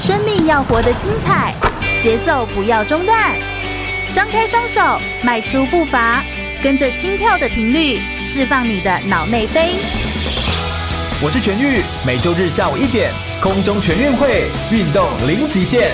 生命要活得精彩，节奏不要中断。张开双手，迈出步伐，跟着心跳的频率，释放你的脑内啡。 我是全玉，每周日下午1点，空中全运会，运动零极限。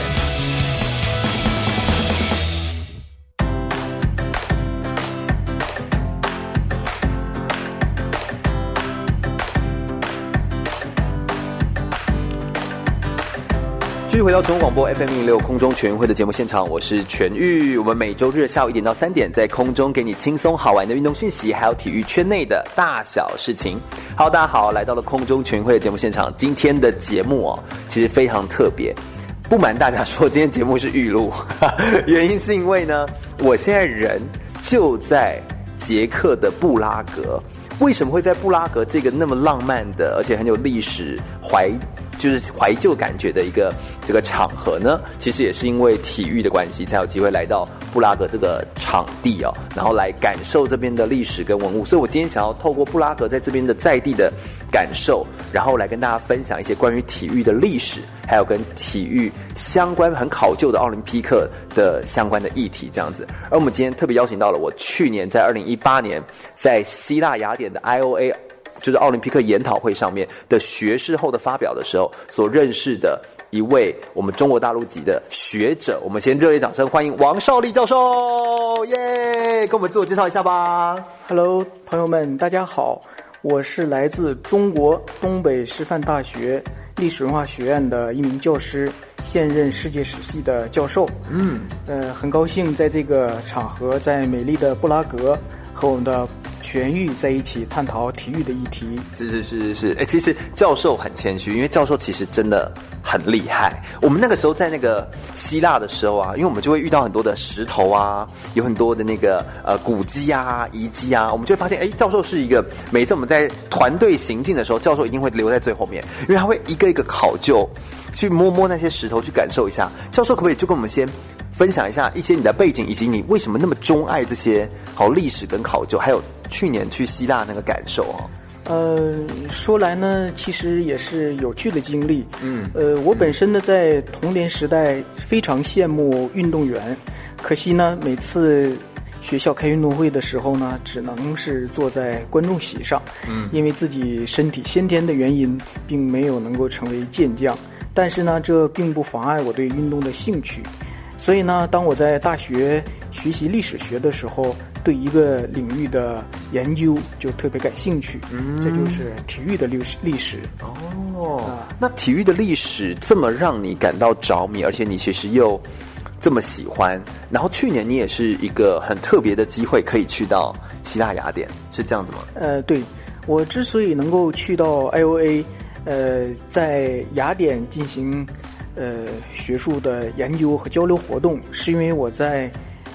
继续回到全国广播 FM106 空中全运会的节目现场，我是全玉。我们每周日下午1点到3点，在空中给你轻松好玩的运动讯息，还有体育圈内的大小事情。好，大家好，来到了空中全运会的节目现场。今天的节目其实非常特别。不瞒大家说，今天节目是预录，原因是因为呢，我现在人就在捷克的布拉格。为什么会在布拉格这个那么浪漫的，而且很有历史就是怀旧感觉的这个场合呢？其实也是因为体育的关系，才有机会来到布拉格这个场地然后来感受这边的历史跟文物。所以我今天想要透过布拉格在这边的在地的感受，然后来跟大家分享一些关于体育的历史，还有跟体育相关很考究的奥林匹克的相关的议题这样子。而我们今天特别邀请到了我去年在2018年在希腊雅典的 IOA。就是奥林匹克研讨会上面的学士后的发表的时候所认识的一位我们中国大陆籍的学者，我们先热烈掌声欢迎王绍立教授，耶！跟我们自我介绍一下吧。 Hello， 朋友们，大家好，我是来自中国东北师范大学历史文化学院的一名教师，现任世界史系的教授。很高兴在这个场合，在美丽的布拉格和我们的全域在一起探讨体育的议题。 是。其实教授很谦虚，因为教授其实真的很厉害。我们那个时候在那个希腊的时候因为我们就会遇到很多的石头有很多的那个古迹遗迹我们就会发现，教授是一个每次我们在团队行进的时候，教授一定会留在最后面，因为他会一个一个考究，去摸那些石头，去感受一下。教授可不可以就跟我们先分享一下一些你的背景，以及你为什么那么钟爱这些历史跟考究，还有去年去希腊那个感受说来呢，其实也是有趣的经历。我本身呢，在童年时代非常羡慕运动员，可惜呢，每次学校开运动会的时候呢，只能是坐在观众席上。因为自己身体先天的原因，并没有能够成为健将。但是呢，这并不妨碍我对运动的兴趣。所以呢，当我在大学学习历史学的时候，对一个领域的研究就特别感兴趣。这就是体育的历史。 那体育的历史这么让你感到着迷，而且你其实又这么喜欢，然后去年你也是一个很特别的机会可以去到希腊雅典，是这样子吗？ 对，我之所以能够去到 IOA，在雅典进行学术的研究和交流活动，是因为我在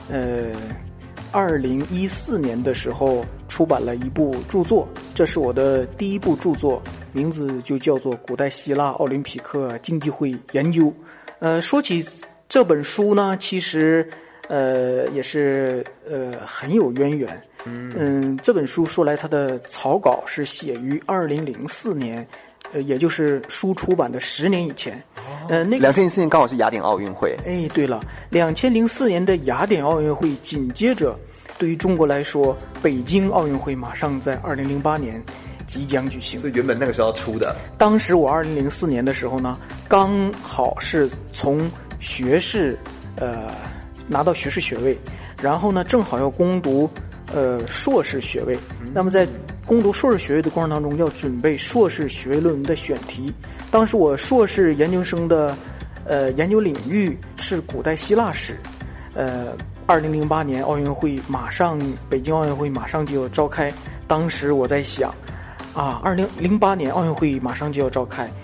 2014年的时候出版了一部著作，这是我的第一部著作，名字就叫做《古代希腊奥林匹克竞技会研究》。说起这本书呢，其实也是很有渊源。这本书说来，它的草稿是写于2004年，也就是书出版的10年以前。 2004年刚好是雅典奥运会。 对了，2004年的雅典奥运会紧接着，对于中国来说，北京奥运会马上在2008年即将举行。 所以原本那个时候要出的。 当时我2004年的时候呢，刚好是从学士拿到学士学位，然后呢正好要攻读硕士学位。那么在攻读硕士学位的过程当中，要准备硕士学位论文的选题。当时我硕士研究生的研究领域是古代希腊史。2008年奥运会北京奥运会马上就要召开，当时我在想2008年奥运会马上就要召开，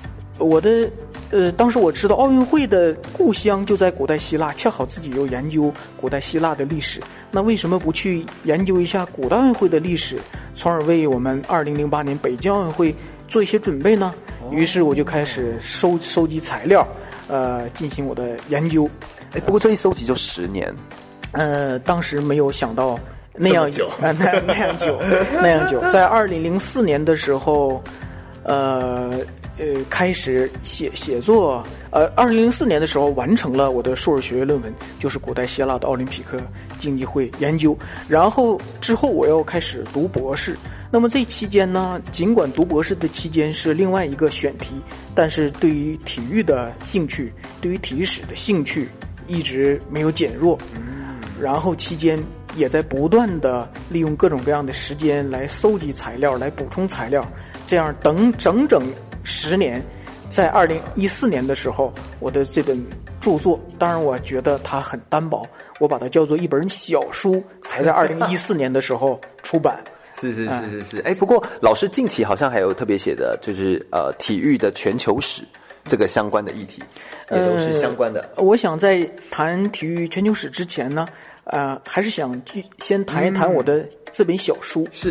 当时我知道奥运会的故乡就在古代希腊，恰好自己又研究古代希腊的历史，那为什么不去研究一下古代奥运会的历史，从而为我们2008年北京奥运会做一些准备呢？于是我就开始收集材料，进行我的研究。 不过这一收集就10年。 当时没有想到那样久，那样久。在2004年的时候， 开始写作。2004年的时候完成了我的硕士学位论文，就是古代希腊的奥林匹克竞技会研究。然后之后我要开始读博士。那么这期间呢，尽管读博士的期间是另外一个选题，但是对于体育的兴趣，对于体育史的兴趣一直没有减弱。然后期间也在不断的利用各种各样的时间来搜集材料，来补充材料，这样整整10年。在2014年的时候，我的这本著作，当然我觉得它很单薄，我把它叫做一本小书，才在2014年的时候出版。 是。不过老师近期好像还有特别写的，就是体育的全球史这个相关的议题，也都是相关的。 我想在谈体育全球史之前呢，还是想先谈一谈我的这本小书。 是。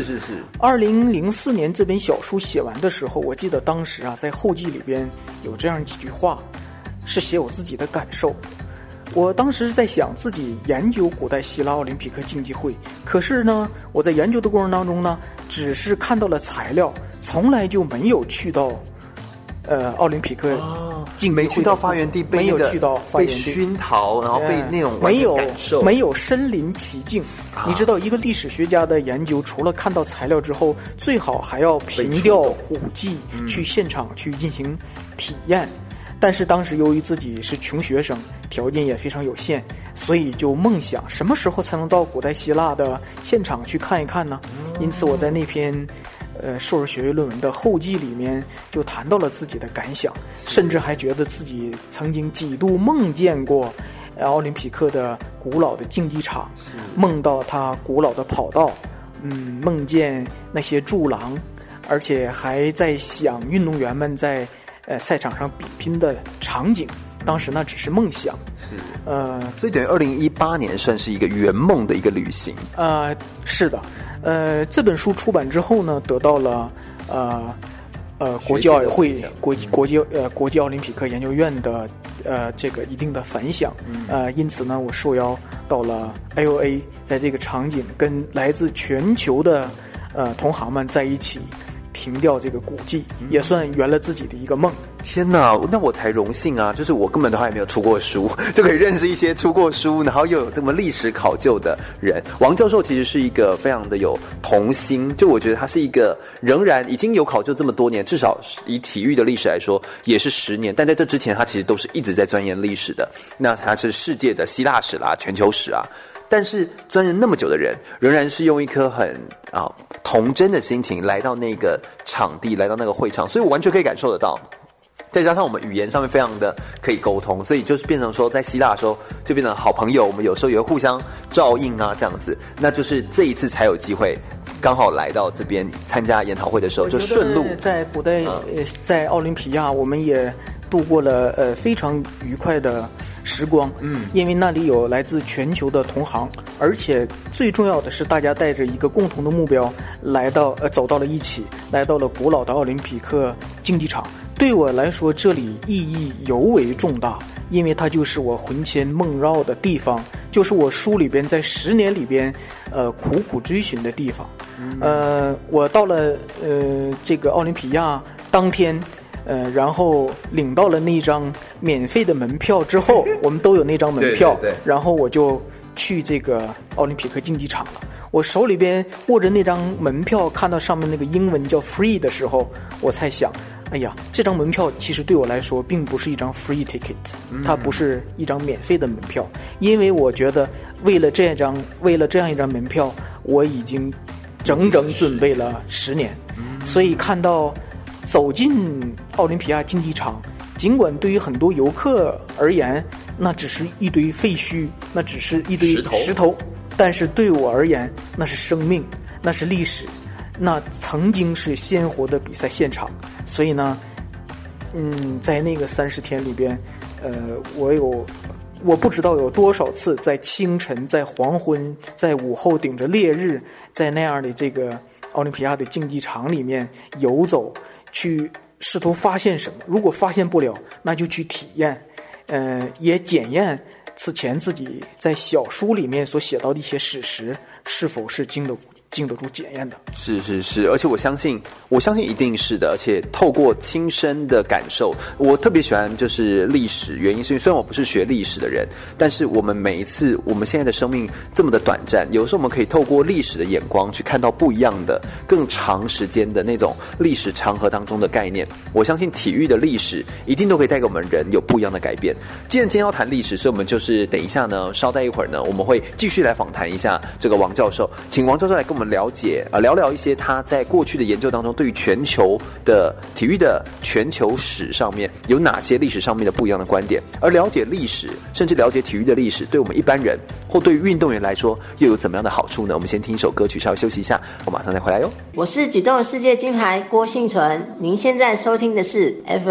2004年这本小书写完的时候，我记得当时在后记里边有这样几句话，是写我自己的感受。我当时在想自己研究古代希腊奥林匹克竞技会，可是呢，我在研究的过程当中呢，只是看到了材料，从来就没有去到奥林匹克竞技会， 没去到发源地， 没有去到发源地， 被熏陶，然后被那种感受， 没有身临其境。你知道，一个历史学家的研究，除了看到材料之后，最好还要凭吊古迹，去现场去进行体验。但是当时由于自己是穷学生，条件也非常有限，所以就梦想什么时候才能到古代希腊的现场去看一看呢？因此我在那篇硕士学位论文的后记里面就谈到了自己的感想，甚至还觉得自己曾经几度梦见过奥林匹克的古老的竞技场，梦到它古老的跑道，梦见那些柱廊，而且还在想运动员们在赛场上比拼的场景。当时那只是梦想， 所以等于2018年算是一个圆梦的一个旅行。 是的，这本书出版之后呢，得到了国际奥委会国际奥林匹克研究院的这个一定的反响。因此呢，我受邀到了 AOA， 在这个场景跟来自全球的同行们在一起凭吊这个古迹，也算圆了自己的一个梦。 天哪，那我才荣幸啊！就是我根本都还没有出过书，就可以认识一些出过书，然后又有这么历史考究的人。王教授其实是一个非常的有童心，就我觉得他是一个仍然已经有考究这么多年，至少以体育的历史来说也是10年，但在这之前他其实都是一直在钻研历史的。那他是世界的希腊史啦、全球史啊。但是钻研那么久的人，仍然是用一颗很童真的心情来到那个场地，来到那个会场，所以我完全可以感受得到。再加上我们语言上面非常的可以沟通，所以就是变成说在希腊的时候就变成好朋友，我们有时候也会互相照应啊，这样子。那就是这一次才有机会刚好来到这边参加研讨会的时候就顺路。 在古代在奥林匹亚我们也度过了非常愉快的时光，因为那里有来自全球的同行，而且最重要的是大家带着一个共同的目标来到走到了一起，来到了古老的奥林匹克竞技场。对我来说这里意义尤为重大，因为它就是我魂牵梦绕的地方，就是我书里边在10年里边苦苦追寻的地方。我到了这个奥林匹亚当天然后领到了那张免费的门票之后，我们都有那张门票， 对， 然后我就去这个奥林匹克竞技场了。我手里边握着那张门票，看到上面那个英文叫 free 的时候，我才想，哎呀，这张门票其实对我来说并不是一张 free ticket，它不是一张免费的门票，因为我觉得为了这样一张门票，我已经整整准备了10年。所以看到走进奥林匹亚竞技场，尽管对于很多游客而言那只是一堆废墟，那只是一堆石头，但是对我而言那是生命，那是历史，那曾经是鲜活的比赛现场。所以呢在那个30天里边我不知道有多少次在清晨，在黄昏，在午后顶着烈日，在那样的这个奥林匹亚的竞技场里面游走，去试图发现什么，如果发现不了，那就去体验，也检验此前自己在小书里面所写到的一些史实是否是经得经得住检验的。 是，而且我相信一定是的，而且透过亲身的感受，我特别喜欢就是历史，原因是因为虽然我不是学历史的人，但是我们每一次我们现在的生命这么的短暂，有时候我们可以透过历史的眼光去看到不一样的、更长时间的那种历史长河当中的概念。我相信体育的历史一定都可以带给我们人有不一样的改变。既然今天要谈历史，所以我们就是等一下呢，稍待一会儿呢，我们会继续来访谈一下这个王教授，请王教授来跟我们聊聊一些他在过去的研究当中对于全球的体育的全球史上面有哪些历史上面的不一样的观点，而了解历史甚至了解体育的历史对我们一般人或对于运动员来说又有怎么样的好处呢？我们先听一首歌曲，稍微休息一下，我马上再回来哟。 我是举重世界金牌郭幸存，您现在收听的是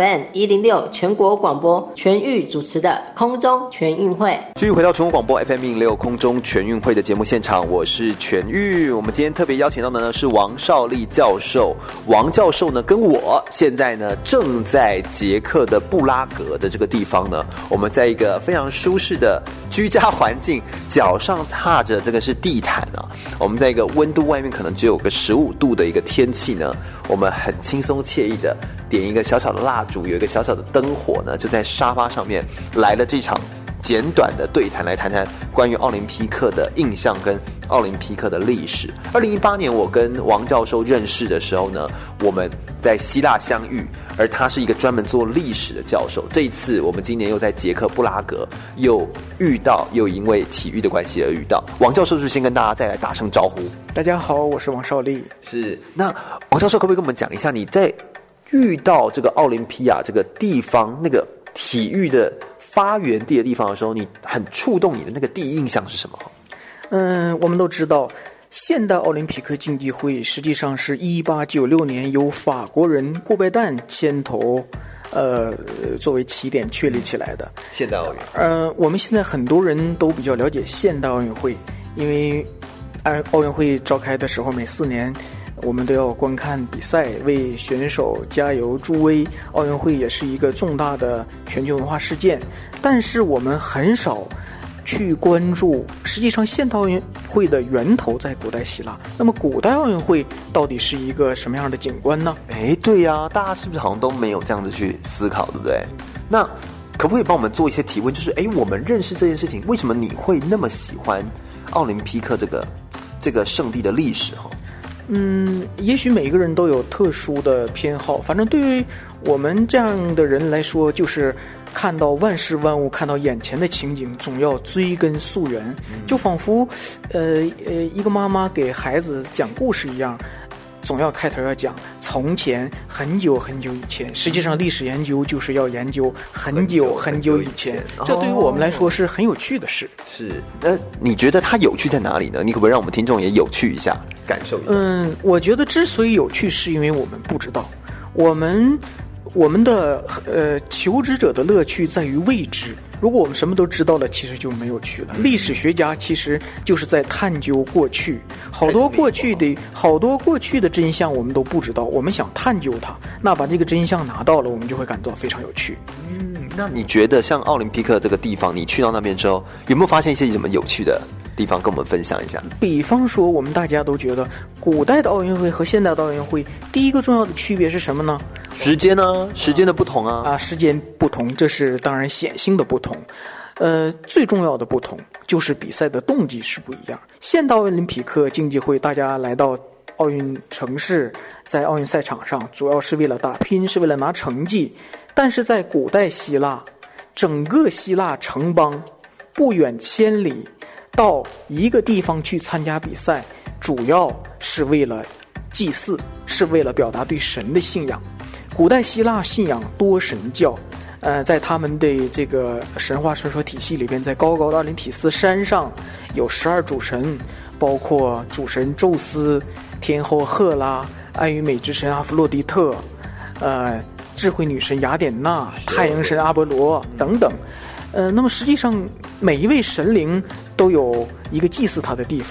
FM106 全国广播全域主持的空中全运会。 继续回到全国广播 FM106 空中全运会的节目现场，我是全域。我们今天特别邀请到的呢是王绍立教授。王教授呢跟我现在呢正在捷克的布拉格的这个地方呢，我们在一个非常舒适的居家环境，脚上踏着这个是地毯啊，我们在一个温度外面可能只有个15度的一个天气呢，我们很轻松惬意的点一个小小的蜡烛，有一个小小的灯火呢，就在沙发上面来了这场简短的对谈，来谈谈关于奥林匹克的印象跟奥林匹克的历史。2018年我跟王教授认识的时候呢，我们在希腊相遇，而他是一个专门做历史的教授。这一次我们今年又在捷克布拉格又遇到，又因为体育的关系而遇到。王教授是不是先跟大家再来打声招呼？ 大家好，我是王绍立。 是，那王教授可不可以跟我们讲一下，你在遇到这个奥林匹亚这个地方，那个体育的发源地的地方的时候，你很触动你的那个第一印象是什么？ 我们都知道，现代奥林匹克竞技会实际上是1896年由法国人顾拜旦牵头，作为起点确立起来的现代奥运。 我们现在很多人都比较了解现代奥运会，因为奥运会召开的时候，每4年我们都要观看比赛，为选手加油助威。奥运会也是一个重大的全球文化事件，但是我们很少去关注，实际上现代奥运会的源头在古代希腊。那么古代奥运会到底是一个什么样的景观呢？ 对呀，大家是不是好像都没有这样子去思考，对不对？那可不可以帮我们做一些提问，就是我们认识这件事情，为什么你会那么喜欢奥林匹克这个圣地的历史？ 也许每个人都有特殊的偏好，反正对于我们这样的人来说，就是看到万事万物，看到眼前的情景，总要追根溯源，就仿佛一个妈妈给孩子讲故事一样，总要开头要讲从前很久很久以前。实际上历史研究就是要研究很久很久以前，这对于我们来说是很有趣的事。 是，你觉得它有趣在哪里呢？你可不可以让我们听众也有趣一下，感受一下？ 我觉得之所以有趣，是因为我们不知道，我们的求知者的乐趣在于未知。如果我们什么都知道了，其实就没有趣了。历史学家其实就是在探究过去，好多过去的真相我们都不知道，我们想探究它，那把这个真相拿到了，我们就会感到非常有趣。 那你觉得像奥林匹克这个地方，你去到那边之后，有没有发现一些什么有趣的地方跟我们分享一下？ 比方说，我们大家都觉得古代的奥运会和现代的奥运会第一个重要的区别是什么呢？ 时间呢？时间的不同啊。 时间不同，这是当然显性的不同。最重要的不同就是比赛的动机是不一样。现代奥林匹克竞技会，大家来到奥运城市，在奥运赛场上，主要是为了打拼，是为了拿成绩。但是在古代希腊，整个希腊城邦不远千里到一个地方去参加比赛，主要是为了祭祀，是为了表达对神的信仰。古代希腊信仰多神教，在他们的这个神话传说体系里边，在高高的奥林匹斯山上有12主神，包括主神宙斯、天后赫拉、爱与美之神阿弗洛狄特、智慧女神雅典娜、太阳神阿波罗等等。那么实际上每一位神灵都有一个祭祀他的地方。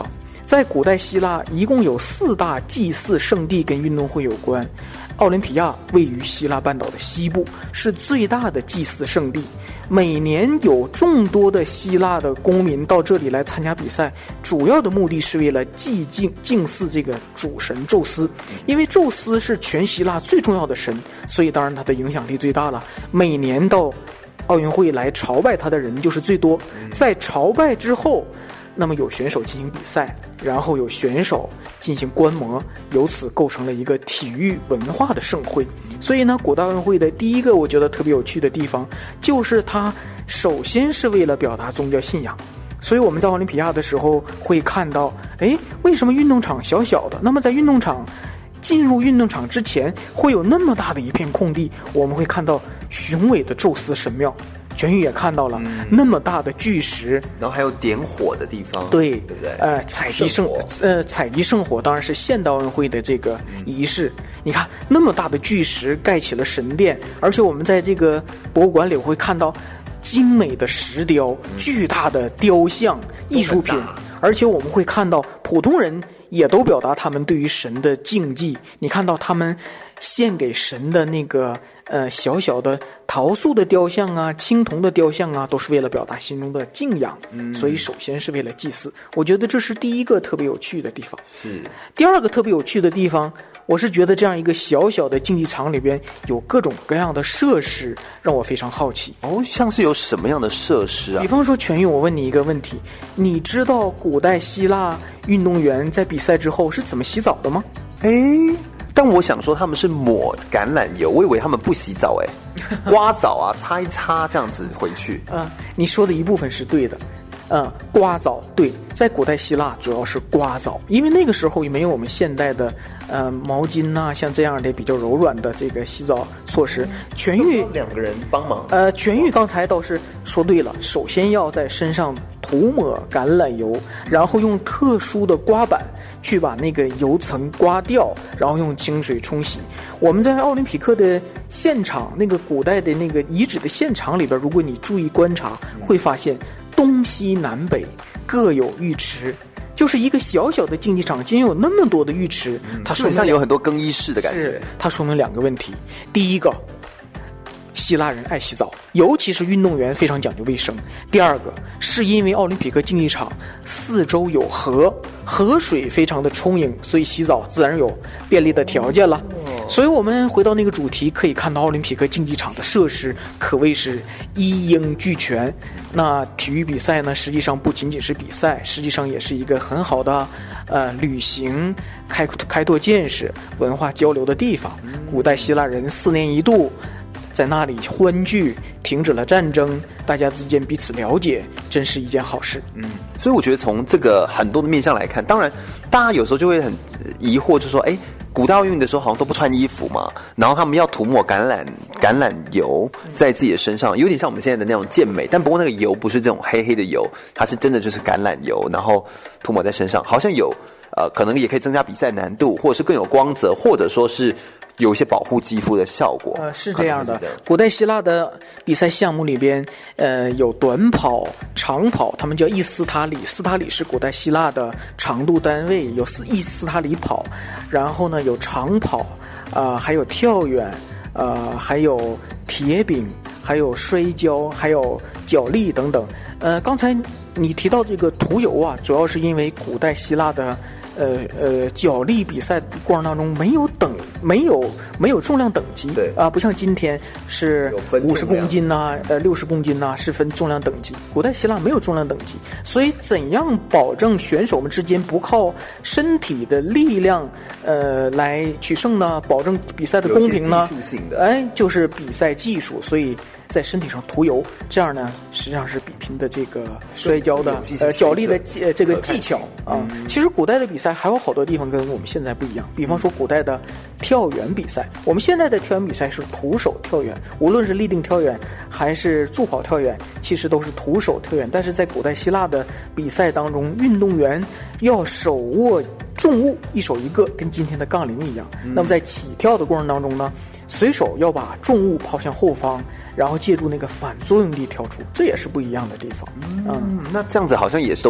在古代希腊一共有4大祭祀圣地跟运动会有关，奥林匹亚位于希腊半岛的西部，是最大的祭祀圣地。每年有众多的希腊的公民到这里来参加比赛，主要的目的是为了敬祀这个主神宙斯。因为宙斯是全希腊最重要的神，所以当然他的影响力最大了。每年到奥运会来朝拜他的人就是最多。在朝拜之后，那么有选手进行比赛，然后有选手进行观摩，由此构成了一个体育文化的盛会。所以呢，古代奥运会的第一个我觉得特别有趣的地方，就是它首先是为了表达宗教信仰。所以我们在奥林匹亚的时候会看到，为什么运动场小小的？那么在进入运动场之前，会有那么大的一片空地，我们会看到雄伟的宙斯神庙。全宇也看到了那么大的巨石， 然后还有点火的地方， 对不对？ 采集圣火当然是现代奥运会的这个仪式。你看那么大的巨石盖起了神殿，而且我们在这个博物馆里会看到精美的石雕、巨大的雕像、艺术品，而且我们会看到普通人也都表达他们对于神的敬忌。你看到他们献给神的那个小小的陶塑的雕像啊、青铜的雕像啊，都是为了表达心中的敬仰。所以首先是为了祭祀。我觉得这是第一个特别有趣的地方。 是。 第二个特别有趣的地方，我是觉得这样一个小小的竞技场里边有各种各样的设施，让我非常好奇。 像是有什么样的设施啊？ 比方说全宇，我问你一个问题，你知道古代希腊运动员在比赛之后是怎么洗澡的吗？ 但我想说他们是抹橄榄油，我以为他们不洗澡，刮澡啊，擦一擦这样子回去。 你说的一部分是对的。刮澡，对，在古代希腊主要是刮澡，因为那个时候也没有我们现代的毛巾呐，像这样的比较柔软的这个洗澡措施。全宇 2个人帮忙。 全宇刚才倒是说对了，首先要在身上涂抹橄榄油，然后用特殊的刮板去把那个油层刮掉，然后用清水冲洗。我们在奥林匹克的现场，那个古代的那个遗址的现场里边，如果你注意观察，会发现东西南北各有浴池，就是一个小小的竞技场竟然有那么多的浴池。它说明像有很多更衣室的感觉。 它说明2个问题。第一个，希腊人爱洗澡，尤其是运动员非常讲究卫生。第二个，是因为奥林匹克竞技场4周有河水非常的充盈，所以洗澡自然有便利的条件了。所以我们回到那个主题，可以看到奥林匹克竞技场的设施可谓是一应俱全。那体育比赛呢，实际上不仅仅是比赛，实际上也是一个很好的旅行、开拓见识、文化交流的地方。古代希腊人4年1度在那里欢聚，停止了战争，大家之间彼此了解，真是一件好事。 所以我觉得从这个很多的面向来看，当然大家有时候就会很疑惑，就说古代奥运的时候好像都不穿衣服嘛，然后他们要涂抹橄榄油在自己的身上，有点像我们现在的那种健美，但不过那个油不是这种黑黑的油，它是真的就是橄榄油，然后涂抹在身上，好像有可能也可以增加比赛难度，或者是更有光泽，或者说是有一些保护肌肤的效果。 是这样的。古代希腊的比赛项目里边，有短跑、长跑，他们叫一斯塔里，斯塔里是古代希腊的长度单位，有一斯塔里跑。然后呢，有长跑，还有跳远，还有铁饼，还有摔跤，还有角力等等。刚才你提到这个涂油啊，主要是因为古代希腊的角力比赛过程当中没有重量等级， 对不像今天是50公斤呐，60公斤呐，是分重量等级。古代希腊没有重量等级，所以怎样保证选手们之间不靠身体的力量来取胜呢？保证比赛的公平呢？ 技术性的， 就是比赛技术，所以在身体上涂油，这样呢实际上是比拼的这个摔跤的角力的这个技巧啊。其实古代的比赛还有好多地方跟我们现在不一样，比方说古代的跳远比赛，我们现在的跳远比赛是徒手跳远，无论是立定跳远还是助跑跳远，其实都是徒手跳远。但是在古代希腊的比赛当中，运动员要手握重物，一手一个，跟今天的杠铃一样。那么在起跳的过程当中呢，随手要把重物抛向后方，然后借助那个反作用力跳出，这也是不一样的地方。 那这样子好像也都是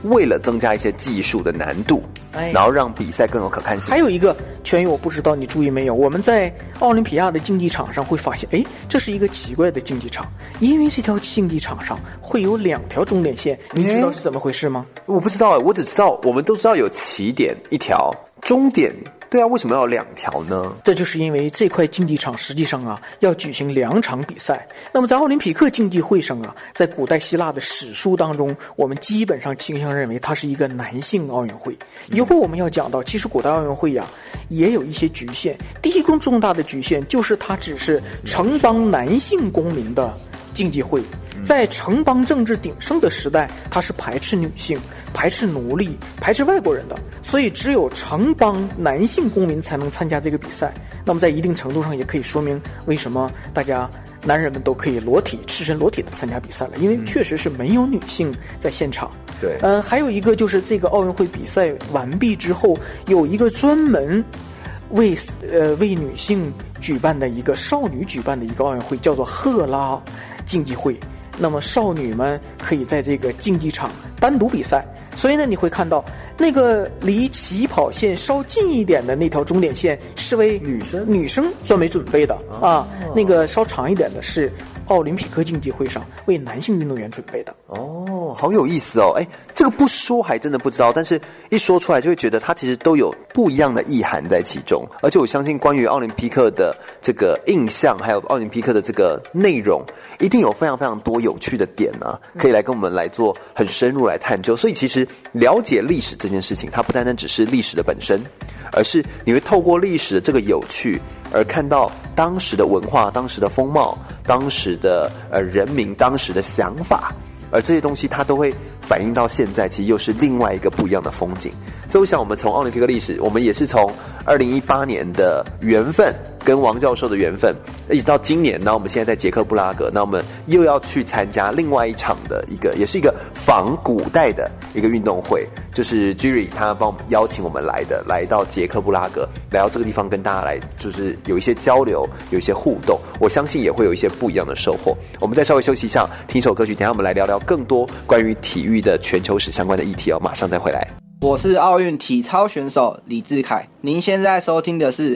为了增加一些技术的难度，然后让比赛更有可看性。 还有一个全宇，我不知道你注意没有，我们在奥林匹亚的竞技场上会发现，这是一个奇怪的竞技场，因为这条竞技场上会有2条终点线，你知道是怎么回事吗？ 我不知道，我只知道我们都知道有起点1条，终点。对啊，为什么要有2条呢？ 这就是因为这块竞技场实际上啊要举行2场比赛。那么在奥林匹克竞技会上啊，在古代希腊的史书当中，我们基本上倾向认为它是一个男性奥运会。一会儿我们要讲到，其实古代奥运会呀也有一些局限。第一个重大的局限就是它只是城邦男性公民的竞技会。在城邦政治鼎盛的时代，它是排斥女性、排斥奴隶、排斥外国人的，所以只有城邦男性公民才能参加这个比赛。那么在一定程度上也可以说明为什么大家男人们都可以赤身裸体的参加比赛了，因为确实是没有女性在现场。 对， 还有一个就是这个奥运会比赛完毕之后，有一个专门为女性举办的一个少女举办的一个奥运会，叫做赫拉竞技会。那么少女们可以在这个竞技场单独比赛，所以呢你会看到那个离起跑线稍近一点的那条终点线是为女生专门准备的啊，那个稍长一点的是奥林匹克竞技会上为男性运动员准备的。 哦，好有意思哦！这个不说还真的不知道，但是一说出来就会觉得它其实都有不一样的意涵在其中。而且我相信关于奥林匹克的这个印象，还有奥林匹克的这个内容，一定有非常非常多有趣的点啊，可以来跟我们来做很深入来探究。所以其实了解历史这件事情，它不单单只是历史的本身，而是你会透过历史的这个有趣，而看到当时的文化、当时的风貌、当时的人民、当时的想法，而这些东西它都会反映到现在，其实又是另外一个不一样的风景。所以我想我们从奥林匹克历史，我们也是从2018年的缘分跟王教授的缘分，一直到今年，那我们现在在捷克布拉格，那我们又要去参加另外一场的也是一个仿古代的一个运动会，就是 Jerry 他帮我们邀请我们来到捷克布拉格，来到这个地方跟大家来就是有一些交流，有一些互动，我相信也会有一些不一样的收获。我们再稍微休息一下，听一首歌曲，等一下我们来聊聊更多关于体育的全球史相关的议题哦，马上再回来。 我是奥运体操选手李志凯，您现在收听的是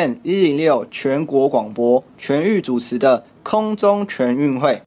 FM106 全国广播全域主持的空中全运会。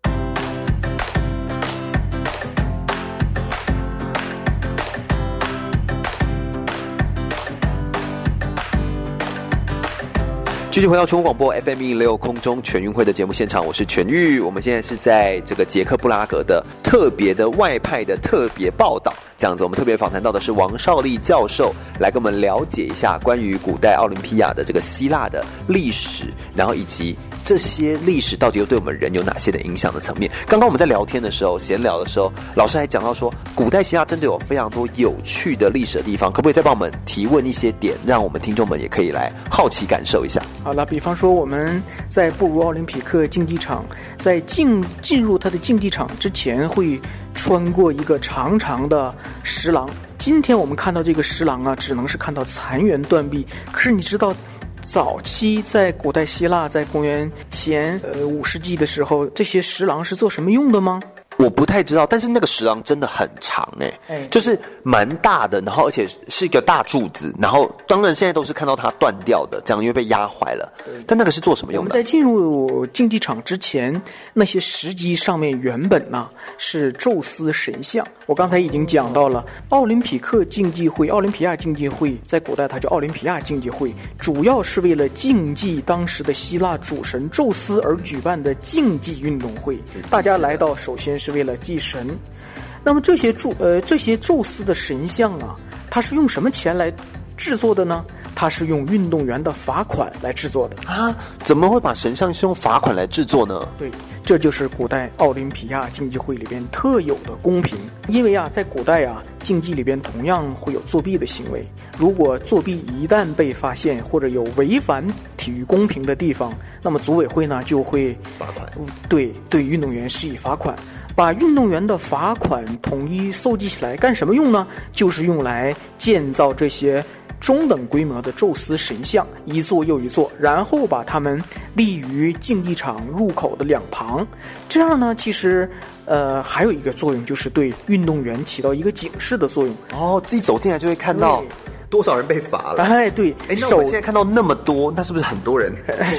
继续回到全国广播 FM106 空中全运会的节目现场，我是全玉。我们现在是在这个捷克布拉格的特别的外派的特别报道，这样子我们特别访谈到的是王绍立教授，来跟我们了解一下关于古代奥林匹亚的这个希腊的历史，然后以及这些历史到底又对我们人有哪些的影响的层面。刚刚我们在聊天的时候，闲聊的时候，老师还讲到说古代希腊真的有非常多有趣的历史的地方，可不可以再帮我们提问一些点，让我们听众们也可以来好奇感受一下。 好了，比方说我们在步入奥林匹克竞技场，在进入它的竞技场之前，会穿过一个长长的石廊。今天我们看到这个石廊啊，只能是看到残垣断壁。可是你知道，早期在古代希腊，在公元前5世纪的时候，这些石廊是做什么用的吗？ 我不太知道，但是那个石廊真的很长就是蛮大的，然后而且是一个大柱子，然后当然现在都是看到它断掉的，这样因为被压坏了。但那个是做什么用的？ 我们在进入竞技场之前，那些石基上面原本是宙斯神像。我刚才已经讲到了，奥林匹亚竞技会在古代它叫奥林匹亚竞技会，主要是为了竞技当时的希腊主神宙斯而举办的竞技运动会。大家来到首先是为了祭神。那么这些宙斯的神像啊，它是用什么钱来制作的呢？它是用运动员的罚款来制作的啊！怎么会把神像是用罚款来制作呢？ 对，这就是古代奥林匹亚竞技会里边特有的公平。因为在古代竞技里边同样会有作弊的行为。如果作弊一旦被发现，或者有违反体育公平的地方，那么组委会呢就会罚款， 对运动员施以罚款。把运动员的罚款统一搜集起来干什么用呢？就是用来建造这些中等规模的宙斯神像，一座又一座，然后把它们立于竞技场入口的两旁。这样呢，其实还有一个作用，就是对运动员起到一个警示的作用。 哦，自己走进来就会看到多少人被罚了。 哎，对。 那我们现在看到那么多，那是不是很多人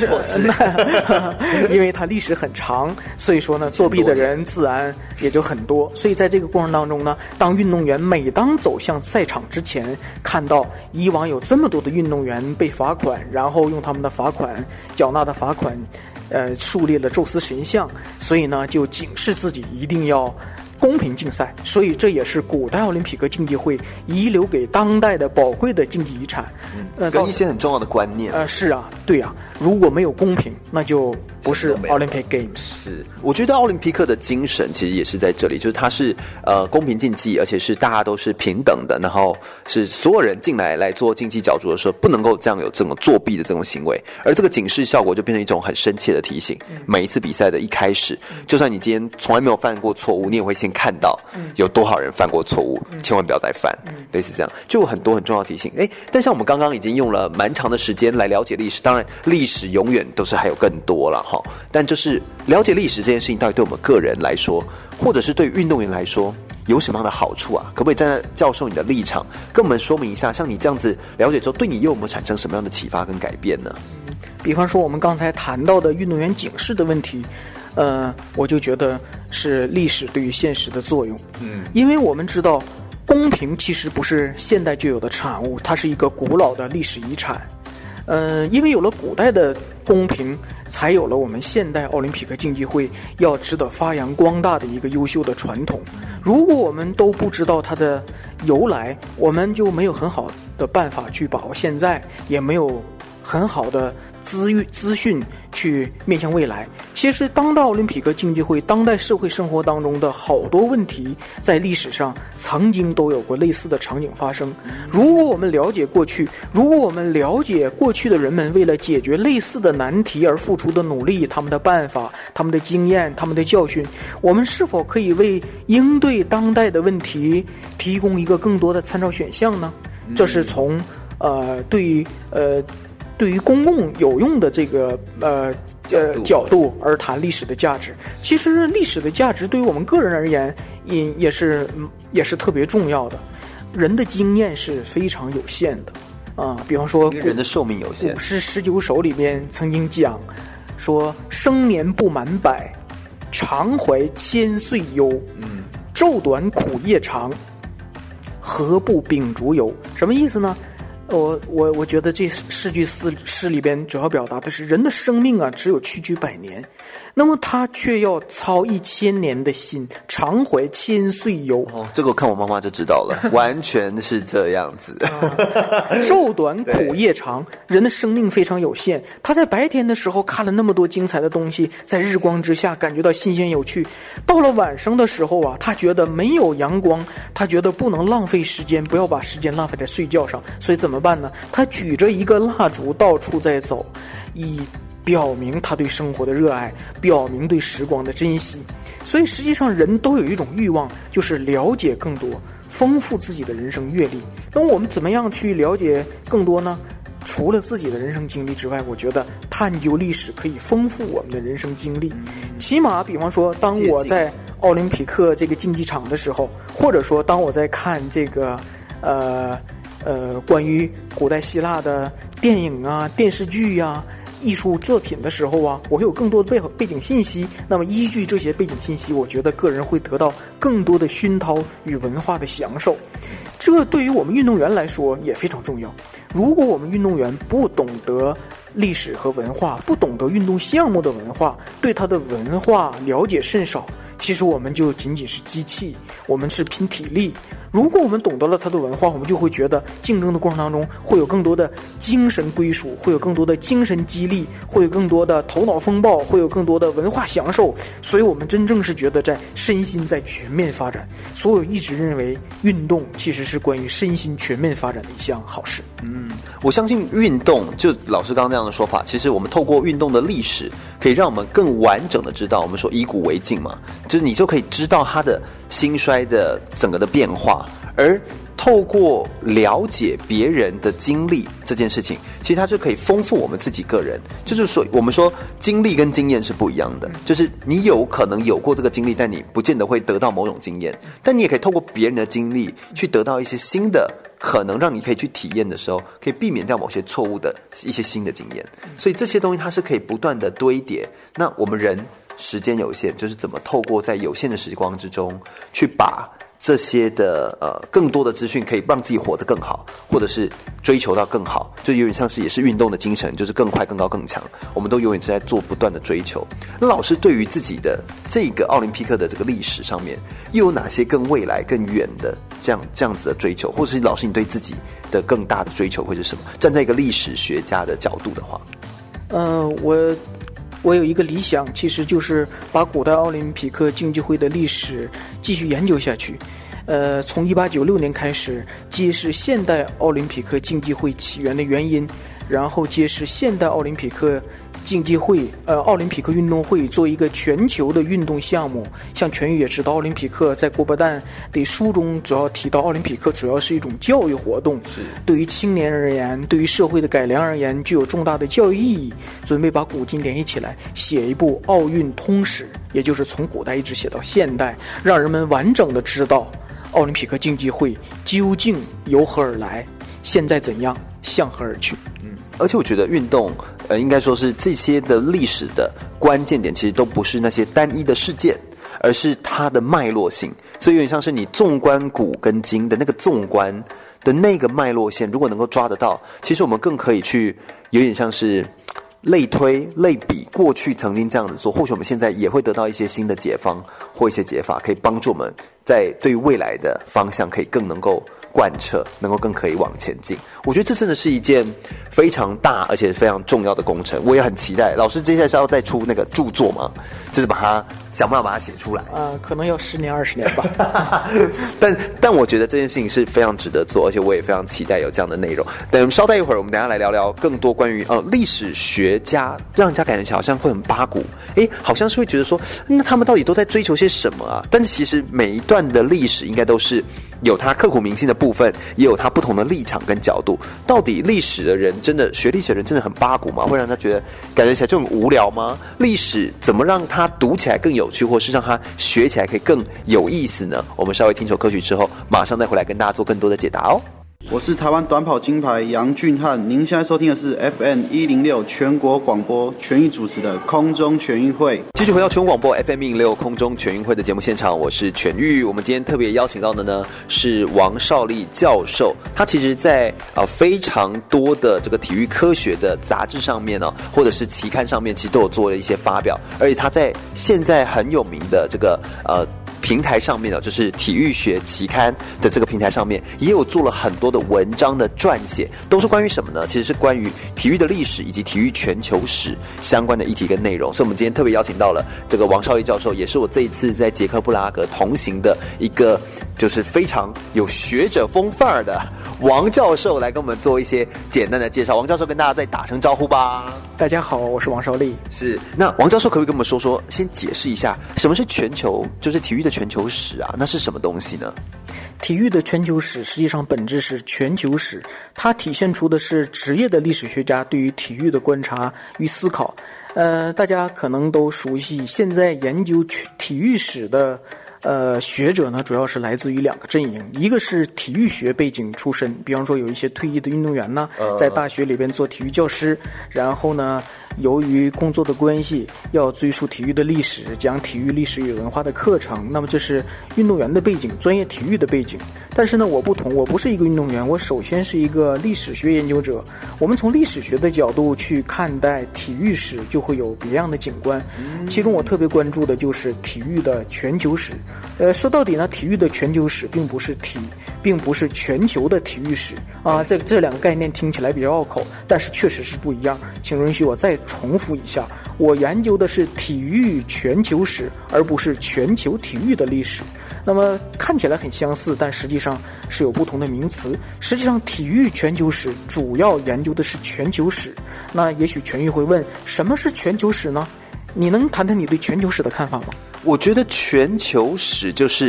因为它历史很长，所以说呢，作弊的人自然也就很多。所以在这个过程当中呢，当运动员每当走向赛场之前，看到以往有这么多的运动员被罚款，然后用他们的罚款缴纳的罚款树立了宙斯神像，所以呢就警示自己一定要公平竞赛。所以这也是古代奥林匹克竞技会遗留给当代的宝贵的竞技遗产， 跟一些很重要的观念。 是啊，对啊，如果没有公平，那就不是 Olympic Games。 是，我觉得奥林匹克的精神其实也是在这里，就是它是公平竞技，而且是大家都是平等的，然后是所有人进来做竞技角逐的时候，不能够这样有这种作弊的这种行为，而这个警示效果就变成一种很深切的提醒。每一次比赛的一开始，就算你今天从来没有犯过错误，你也会先看到有多少人犯过错误，千万不要再犯，类似这样，就有很多很重要的提醒。但像我们刚刚已经用了蛮长的时间来了解历史，当然历史永远都是还有更多了哈。但就是了解历史这件事情，到底对我们个人来说，或者是对运动员来说，有什么样的好处啊？可不可以站在教授你的立场，跟我们说明一下？像你这样子了解之后，对你又有没有产生什么样的启发跟改变呢？ 比方说我们刚才谈到的运动员警示的问题，我就觉得是历史对于现实的作用。因为我们知道，公平其实不是现代就有的产物，它是一个古老的历史遗产。因为有了古代的公平，才有了我们现代奥林匹克竞技会要值得发扬光大的一个优秀的传统。如果我们都不知道它的由来，我们就没有很好的办法去把握现在，也没有很好的资讯去面向未来。其实当代奥林匹克竞技会当代社会生活当中的好多问题，在历史上曾经都有过类似的场景发生。如果我们了解过去，如果我们了解过去的人们为了解决类似的难题而付出的努力，他们的办法，他们的经验，他们的教训，我们是否可以为应对当代的问题提供一个更多的参照选项呢？这是从对于公共有用的这个角度而谈历史的价值。其实历史的价值对于我们个人而言也是特别重要的。人的经验是非常有限的比方说人的寿命有限。 古诗19首里面曾经讲说，生年不满百，常怀千岁忧。昼短苦夜长，何不秉烛游？什么意思呢？我觉得这诗句诗里边主要表达的是，人的生命啊只有区区100年，那么他却要操1000年的心，常怀千岁忧。 这个我看我妈妈就知道了，完全是这样子。 昼短苦夜长，人的生命非常有限。他在白天的时候看了那么多精彩的东西，在日光之下感觉到新鲜有趣，到了晚上的时候啊，他觉得没有阳光，他觉得不能浪费时间，不要把时间浪费在睡觉上，所以怎么办呢？他举着一个蜡烛到处在走，以表明他对生活的热爱，表明对时光的珍惜。所以实际上人都有一种欲望，就是了解更多，丰富自己的人生阅历。那么我们怎么样去了解更多呢？除了自己的人生经历之外，我觉得探究历史可以丰富我们的人生经历。起码比方说，当我在奥林匹克这个竞技场的时候，或者说当我在看这个关于古代希腊的电影啊、电视剧啊、艺术作品的时候啊，我会有更多的背景信息。那么依据这些背景信息，我觉得个人会得到更多的熏陶与文化的享受。这对于我们运动员来说也非常重要。如果我们运动员不懂得历史和文化，不懂得运动项目的文化，对他的文化了解甚少，其实我们就仅仅是机器，我们是拼体力。如果我们懂得了他的文化，我们就会觉得竞争的过程当中会有更多的精神归属，会有更多的精神激励，会有更多的头脑风暴，会有更多的文化享受。所以我们真正是觉得在身心在全面发展。所以我一直认为运动其实是关于身心全面发展的一项好事。 我相信运动，就老师刚刚那样的说法，其实我们透过运动的历史，可以让我们更完整的知道，我们说以古为镜嘛，就是你就可以知道它的兴衰的整个的变化。而透过了解别人的经历这件事情，其实它就可以丰富我们自己个人。就是说，我们说经历跟经验是不一样的，就是你有可能有过这个经历，但你不见得会得到某种经验，但你也可以透过别人的经历去得到一些新的可能，让你可以去体验的时候，可以避免掉某些错误的一些新的经验。所以这些东西它是可以不断的堆叠。那我们人时间有限，就是怎么透过在有限的时光之中去把这些的更多的资讯可以让自己活得更好，或者是追求到更好，就有点像是也是运动的精神，就是更快更高更强，我们都永远是在做不断的追求。那老师对于自己的这个奥林匹克的这个历史上面又有哪些更未来更远的这样子的追求，或者是老师你对自己的更大的追求会是什么？站在一个历史学家的角度的话， 我有一个理想，其实就是把古代奥林匹克竞技会的历史继续研究下去。从1896年开始，揭示现代奥林匹克竞技会起源的原因，然后揭示现代奥林匹克竞技会奥林匹克运动会做一个全球的运动项目。像全宇也知道，奥林匹克在郭伯旦的书中主要提到，奥林匹克主要是一种教育活动，对于青年而言，对于社会的改良而言，具有重大的教育意义。准备把古今联系起来，写一部奥运通史，也就是从古代一直写到现代，让人们完整的知道奥林匹克竞技会究竟由何而来，现在怎样，向何而去。 而且我觉得运动应该说是这些的历史的关键点，其实都不是那些单一的事件，而是它的脉络性。所以有点像是你纵观古跟今的那个纵观的那个脉络线，如果能够抓得到，其实我们更可以去有点像是类推类比过去曾经这样子做，或许我们现在也会得到一些新的解方或一些解法，可以帮助我们在对于未来的方向可以更能够贯彻，能够更可以往前进。我觉得这真的是一件非常大而且非常重要的工程，我也很期待。老师接下来是要再出那个著作吗？就是把它想办法把它写出来。 可能要10年20年吧。 但我觉得这件事情是非常值得做，而且我也非常期待有这样的内容。等稍待一会儿，我们等一下来聊聊更多关于历史学家，让人家感觉起来好像会很八股，好像是会觉得说，那他们到底都在追求些什么啊？但是其实每一段的历史应该都是有它刻骨铭心的部分，也有它不同的立场跟角度。到底历史的人真的学历史的人真的很八股吗？会让他觉得感觉起来就很无聊吗？历史怎么让他读起来更有趣，或是让他学起来可以更有意思呢？我们稍微听首歌曲之后，马上再回来跟大家做更多的解答哦。 我是台湾短跑金牌杨俊翰，您现在收听的是 FM106 全国广播全域主持的空中全运会。 继续回到全国广播 FM106 空中全运会的节目现场，我是全玉。我们今天特别邀请到的呢是王绍立教授，他其实在非常多的这个体育科学的杂志上面呢，或者是期刊上面，其实都有做了一些发表，而且他在现在很有名的这个平台上面就是体育学期刊的这个平台上面，也有做了很多的文章的撰写，都是关于什么呢？其实是关于体育的历史以及体育全球史相关的议题跟内容。所以我们今天特别邀请到了这个王绍立教授，也是我这一次在捷克布拉格同行的一个就是非常有学者风范儿的王教授，来跟我们做一些简单的介绍。王教授跟大家再打声招呼吧。 大家好，我是王绍立。 是，那王教授可不可以跟我们说，先解释一下什么是全球，就是体育的全球史啊？那是什么东西呢？ 体育的全球史实际上本质是全球史，它体现出的是职业的历史学家对于体育的观察与思考。大家可能都熟悉，现在研究体育史的学者呢，主要是来自于2个阵营，一个是体育学背景出身，比方说有一些退役的运动员呢，在大学里边做体育教师，然后呢，由于工作的关系，要追溯体育的历史，讲体育历史与文化的课程，那么这是运动员的背景，专业体育的背景。但是呢，我不同，我不是一个运动员，我首先是一个历史学研究者。我们从历史学的角度去看待体育史，就会有别样的景观。其中我特别关注的就是体育的全球史。说到底呢，体育的全球史并不是全球的体育史啊。这2个概念听起来比较拗口，但是确实是不一样。请允许我再重复一下，我研究的是体育全球史，而不是全球体育的历史。那么看起来很相似，但实际上是有不同的名词。实际上体育全球史主要研究的是全球史。那也许全玉会问，什么是全球史呢？你能谈谈你对全球史的看法吗？ 我觉得全球史就是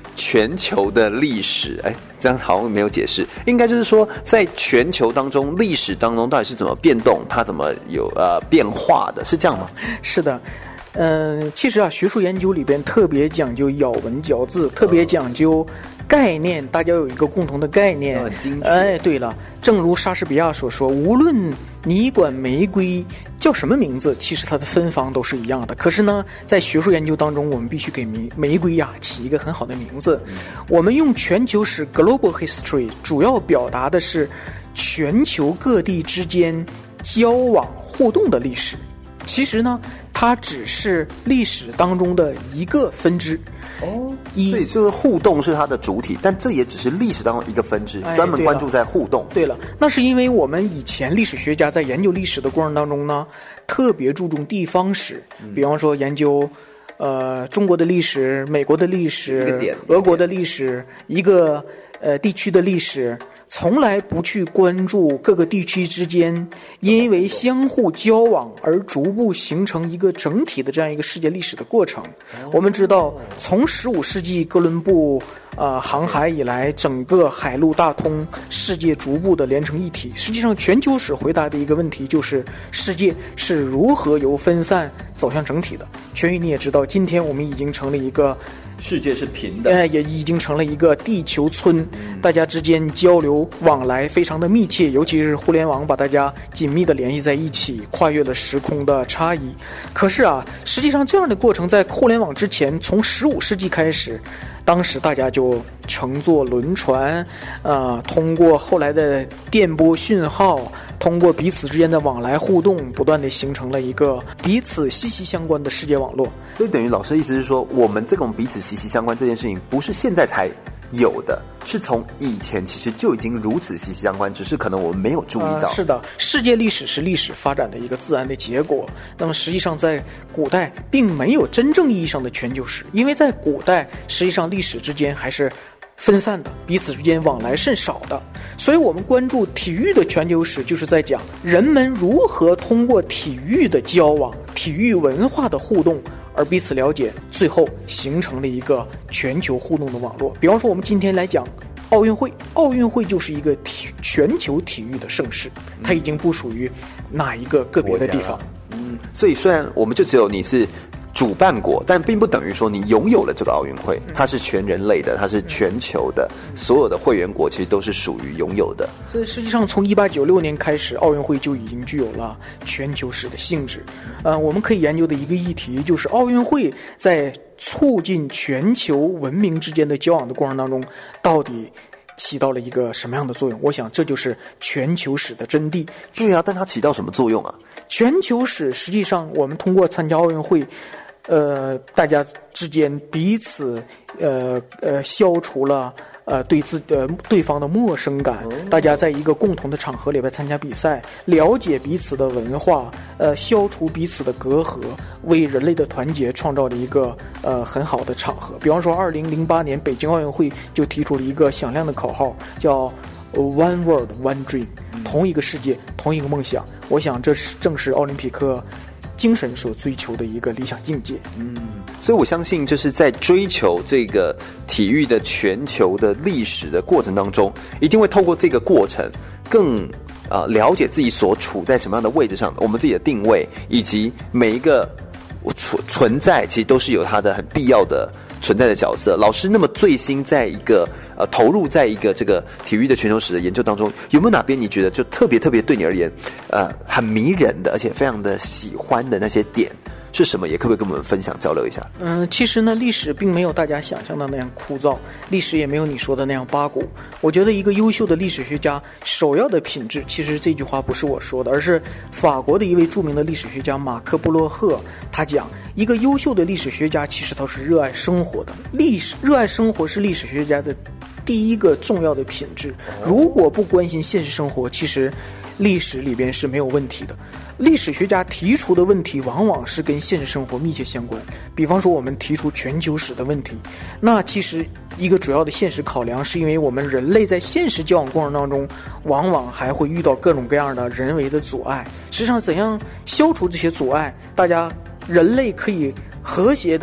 全球的历史？这样好像没有解释，应该就是说，在全球当中，历史当中到底是怎么变动，它怎么有变化的，是这样吗？ 是的。其实学术研究里边特别讲究咬文嚼字，特别讲究概念，大家有一个共同的概念， 很精确。 对了，正如莎士比亚所说，无论你管玫瑰叫什么名字，其实它的芬芳都是一样的。可是呢，在学术研究当中，我们必须给玫瑰起一个很好的名字。我们用全球史 （global history） 主要表达的是全球各地之间交往互动的历史。其实呢，它只是历史当中的一个分支。 所以就是互动是它的主体，但这也只是历史当中一个分支，专门关注在互动。 对了，那是因为我们以前历史学家在研究历史的过程当中呢，特别注重地方史，比方说研究中国的历史、美国的历史、俄国的历史，一个地区的历史。从来不去关注各个地区之间因为相互交往而逐步形成一个整体的这样一个世界历史的过程。我们知道，从15世纪哥伦布航海以来，整个海陆大通，世界逐步的连成一体。实际上，全球史回答的一个问题就是：世界是如何由分散走向整体的？全宇你也知道，今天我们已经成了一个。 世界是平的， 也已经成了一个地球村，大家之间交流往来非常的密切，尤其是互联网把大家紧密的联系在一起，跨越了时空的差异。可是实际上这样的过程在互联网之前，从15世纪开始，当时大家就乘坐轮船，通过后来的电波讯号，通过彼此之间的往来互动，不断的形成了一个彼此息息相关的世界网络。 所以等于老师的意思是说，我们这种彼此息息相关这件事情，不是现在才有的，是从以前其实就已经如此息息相关，只是可能我们没有注意到。 是的，世界历史是历史发展的一个自然的结果。那么实际上在古代并没有真正意义上的全球史，因为在古代实际上历史之间还是分散的，彼此之间往来甚少的。所以我们关注体育的全球史，就是在讲人们如何通过体育的交往、体育文化的互动而彼此了解，最后形成了一个全球互动的网络。比方说我们今天来讲奥运会，奥运会就是一个全球体育的盛事，它已经不属于哪一个个别的地方。 所以虽然我们就只有你是主办国，但并不等于说你拥有了这个奥运会，它是全人类的，它是全球的，所有的会员国其实都是属于拥有的。 所以实际上从1896年开始，奥运会就已经具有了全球史的性质。我们可以研究的一个议题就是奥运会在促进全球文明之间的交往的过程当中，到底起到了一个什么样的作用？我想这就是全球史的真谛。 对啊，但它起到什么作用啊？ 全球史实际上我们通过参加奥运会，大家之间彼此消除了对方的陌生感，大家在一个共同的场合里边参加比赛，了解彼此的文化，消除彼此的隔阂，为人类的团结创造了一个很好的场合。比方说2008年北京奥运会就提出了一个响亮的口号，叫 One World One Dream， 同一个世界同一个梦想。我想这正是奥林匹克精神所追求的一个理想境界。 所以我相信就是在追求这个体育的全球的历史的过程当中，一定会透过这个过程更了解自己所处在什么样的位置上，我们自己的定位，以及每一个存在其实都是有它的很必要的存在的角色。老师那么最新在一个投入在一个这个体育的全球史的研究当中，有没有哪边你觉得就特别对你而言很迷人的，而且非常的喜欢的那些点是什么？也可不可以跟我们分享交流一下？ 其实呢，历史并没有大家想象的那样枯燥，历史也没有你说的那样八股。我觉得一个优秀的历史学家首要的品质，其实这句话不是我说的，而是法国的一位著名的历史学家马克布洛赫，他讲一个优秀的历史学家其实他是热爱生活的。热爱生活是历史学家的第一个重要的品质。如果不关心现实生活，其实历史里边是没有问题的。历史学家提出的问题往往是跟现实生活密切相关。比方说我们提出全球史的问题，那其实一个主要的现实考量是因为我们人类在现实交往过程当中往往还会遇到各种各样的人为的阻碍。实际上怎样消除这些阻碍，大家人类可以和谐的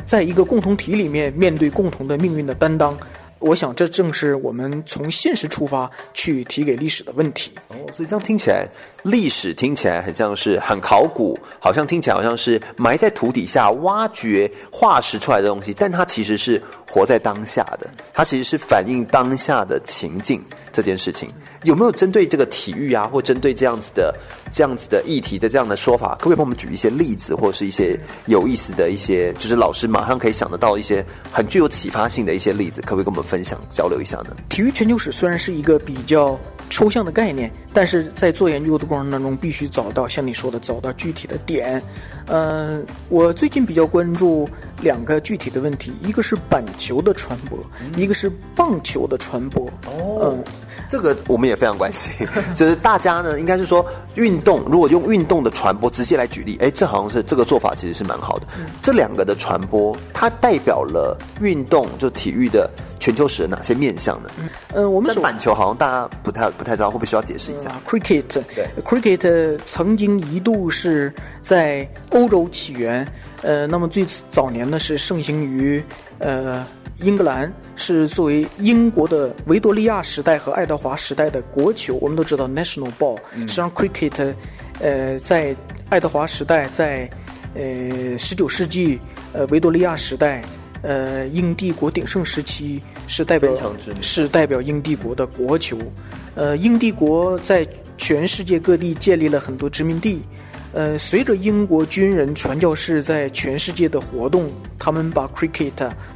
在一个共同体里面面对共同的命运的担当。我想这正是我们从现实出发去提给历史的问题。 所以这样听起来，历史听起来很像是很考古，好像听起来好像是埋在土底下挖掘化石出来的东西，但它其实是活在当下的，它其实是反映当下的情境这件事情。有没有针对这个体育啊，或针对这样子的议题的这样的说法，可不可以帮我们举一些例子，或者是一些有意思的一些，就是老师马上可以想得到一些很具有启发性的一些例子，可不可以跟我们分享交流一下呢？ 体育全球史虽然是一个比较抽象的概念，但是在做研究的过程当中，必须找到像你说的找到具体的点。我最近比较关注2个具体的问题，一个是板球的传播，一个是棒球的传播。 这个我们也非常关心，就是大家呢，应该是说运动，如果用运动的传播直接来举例，这好像是这个做法其实是蛮好的。这2个的传播，它代表了运动就体育的全球史的哪些面向呢？ 我们板球好像大家不太知道，会不会需要解释一下 ？Cricket 曾经一度是在欧洲起源，那么最早年呢是盛行于英格兰，是作为英国的维多利亚时代和爱德华时代的国球。我们都知道 National Ball，实际上 Cricket，在爱德华时代，在19世纪维多利亚时代，英帝国鼎盛时期是代表英帝国的国球。英帝国在全世界各地建立了很多殖民地。随着英国军人传教士在全世界的活动，他们把 cricket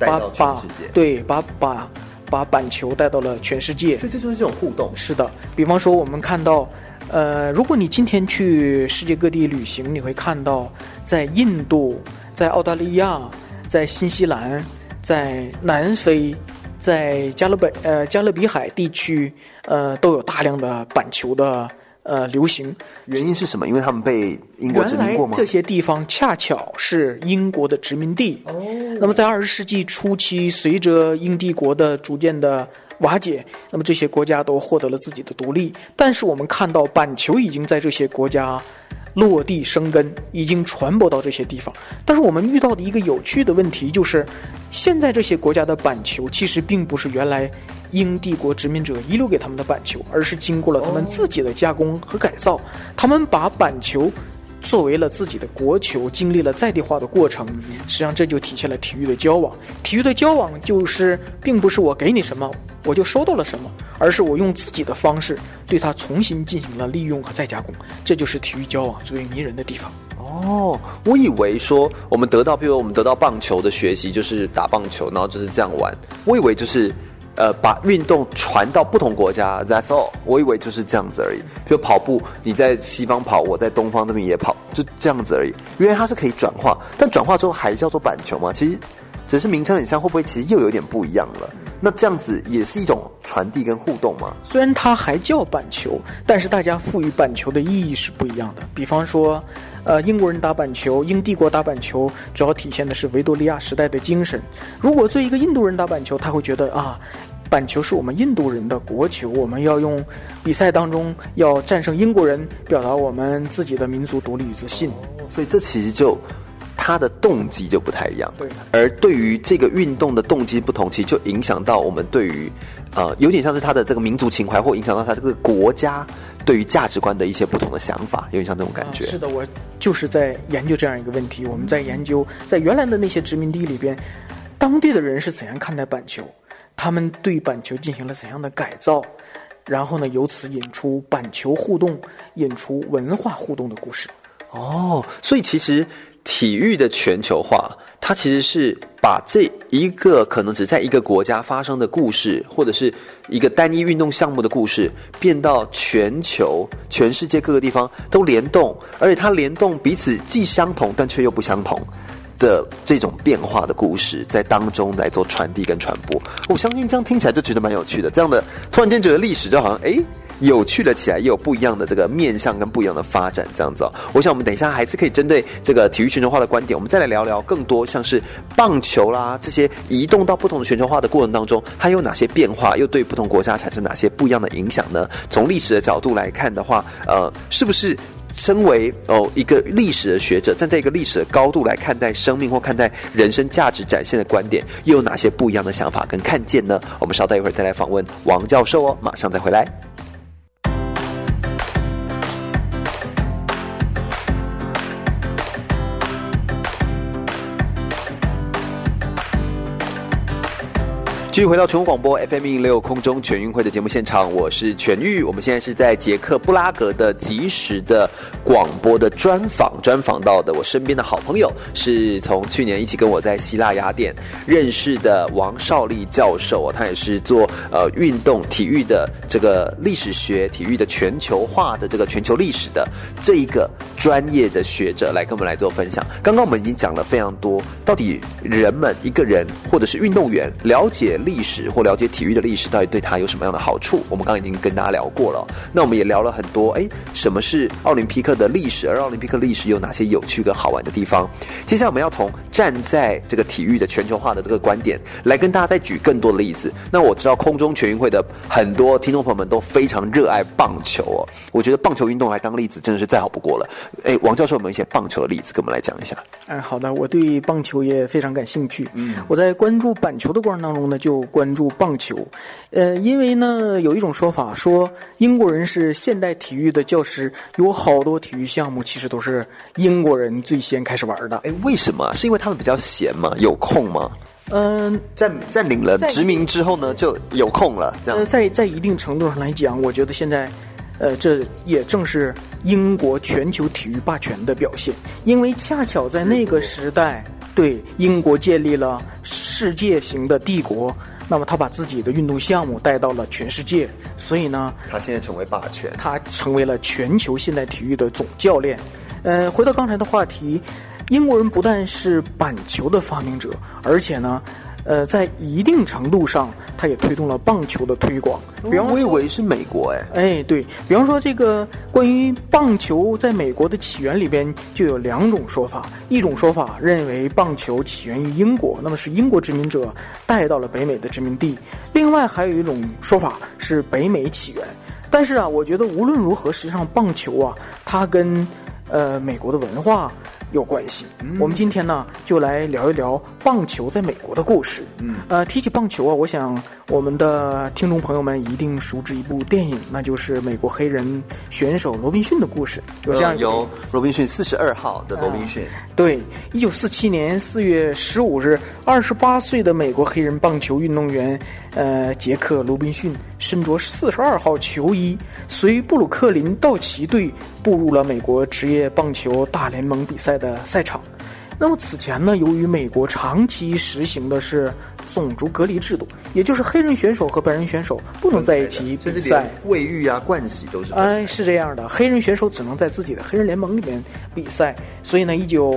把板球带到了全世界。 所以这就是这种互动。 是的，比方说我们看到，如果你今天去世界各地旅行，你会看到在印度、在澳大利亚、在新西兰、在南非、在加勒比海地区，都有大量的板球的流行。 原因是什么？因为他们被英国殖民过吗？ 原来这些地方恰巧是英国的殖民地。那么在20世纪初期，随着英帝国的逐渐的瓦解，那么这些国家都获得了自己的独立。但是我们看到板球已经在这些国家落地生根，已经传播到这些地方。但是我们遇到的一个有趣的问题就是，现在这些国家的板球其实并不是原来英帝国殖民者遗留给他们的板球，而是经过了他们自己的加工和改造。他们把板球作为了自己的国球，经历了在地化的过程。实际上这就体现了体育的交往。体育的交往就是并不是我给你什么我就收到了什么，而是我用自己的方式对它重新进行了利用和再加工。这就是体育交往最为迷人的地方。 我以为说我们得到，比如我们得到棒球的学习就是打棒球，然后就是这样玩。我以为就是把运动传到不同国家 ，That's all。我以为就是这样子而已。比如跑步，你在西方跑，我在东方这边也跑，就这样子而已。原来它是可以转化，但转化之后还叫做板球吗？其实只是名称很像，会不会其实又有点不一样了？那这样子也是一种传递跟互动吗？ 虽然它还叫板球，但是大家赋予板球的意义是不一样的。比方说，英国人打板球，英帝国打板球，主要体现的是维多利亚时代的精神。如果做一个印度人打板球，他会觉得板球是我们印度人的国球，我们要用比赛当中要战胜英国人，表达我们自己的民族独立与自信。 所以这其实就它的动机就不太一样。 对， 而对于这个运动的动机不同，其实就影响到我们对于有点像是它的这个民族情怀，或影响到它这个国家对于价值观的一些不同的想法，有点像这种感觉。 是的，我就是在研究这样一个问题。我们在研究在原来的那些殖民地里边，当地的人是怎样看待板球，他们对板球进行了怎样的改造，然后呢，由此引出板球互动，引出文化互动的故事。 所以其实体育的全球化，它其实是把这一个可能只在一个国家发生的故事，或者是一个单一运动项目的故事，变到全球、全世界各个地方都联动，而且它联动彼此既相同但却又不相同的这种变化的故事，在当中来做传递跟传播。我相信这样听起来就觉得蛮有趣的，这样的突然间觉得历史就好像有趣了起来，也有不一样的这个面向跟不一样的发展，这样子我想我们等一下还是可以针对这个体育全球化的观点，我们再来聊聊更多像是棒球啦这些移动到不同的全球化的过程当中，它有哪些变化，又对不同国家产生哪些不一样的影响呢？从历史的角度来看的话，是不是身为一个历史的学者，站在一个历史的高度来看待生命或看待人生价值展现的观点，又有哪些不一样的想法跟看见呢？我们稍待一会儿再来访问王教授哦，马上再回来。继续回到全国广播 FM106 空中全运会的节目现场，我是全玉。我们现在是在捷克布拉格的即时的广播的专访到的我身边的好朋友，是从去年一起跟我在希腊雅典认识的王绍立教授，他也是做运动体育的这个历史学、体育的全球化的这个全球历史的这一个专业的学者，来跟我们来做分享。刚刚我们已经讲了非常多，到底人们一个人或者是运动员了解历史或了解体育的历史到底对他有什么样的好处，我们刚刚已经跟大家聊过了。那我们也聊了很多什么是奥林匹克的历史，而奥林匹克历史有哪些有趣跟好玩的地方。接下来我们要从站在这个体育的全球化的这个观点来跟大家再举更多的例子。那我知道空中全运会的很多听众朋友们都非常热爱棒球哦，我觉得棒球运动来当例子真的是再好不过了。王教授有没有一些棒球的例子跟我们来讲一下？ 好的，我对棒球也非常感兴趣。我在关注板球的过程当中呢，就关注棒球。因为呢有一种说法说英国人是现代体育的教师，有好多体育项目其实都是英国人最先开始玩的。 为什么？是因为他们比较闲吗？有空吗？占领了殖民之后呢，就有空了。这样在一定程度上来讲，我觉得现在这也正是英国全球体育霸权的表现，因为恰巧在那个时代，对英国建立了世界型的帝国，那么他把自己的运动项目带到了全世界，所以呢， 他现在成为霸权， 他成为了全球现代体育的总教练。回到刚才的话题，英国人不但是板球的发明者，而且呢在一定程度上他也推动了棒球的推广。比方说， 我以为是美国对，比方说这个关于棒球在美国的起源里边就有两种说法，一种说法认为棒球起源于英国，那么是英国殖民者带到了北美的殖民地，另外还有一种说法是北美起源。但是我觉得无论如何，实际上棒球它跟美国的文化有关系。我们今天呢就来聊一聊棒球在美国的故事。提起棒球我想我们的听众朋友们一定熟知一部电影，那就是美国黑人选手罗宾逊的故事。 有罗宾逊42号的罗宾逊。 对，1947年4月15日，28岁的美国黑人棒球运动员杰克·罗宾逊身着42号球衣，随布鲁克林道奇队步入了美国职业棒球大联盟比赛的赛场。那么此前呢，由于美国长期实行的是种族隔离制度，也就是黑人选手和白人选手不能在一起比赛， 卫浴盥洗都是是这样的，黑人选手只能在自己的黑人联盟里面比赛。所以呢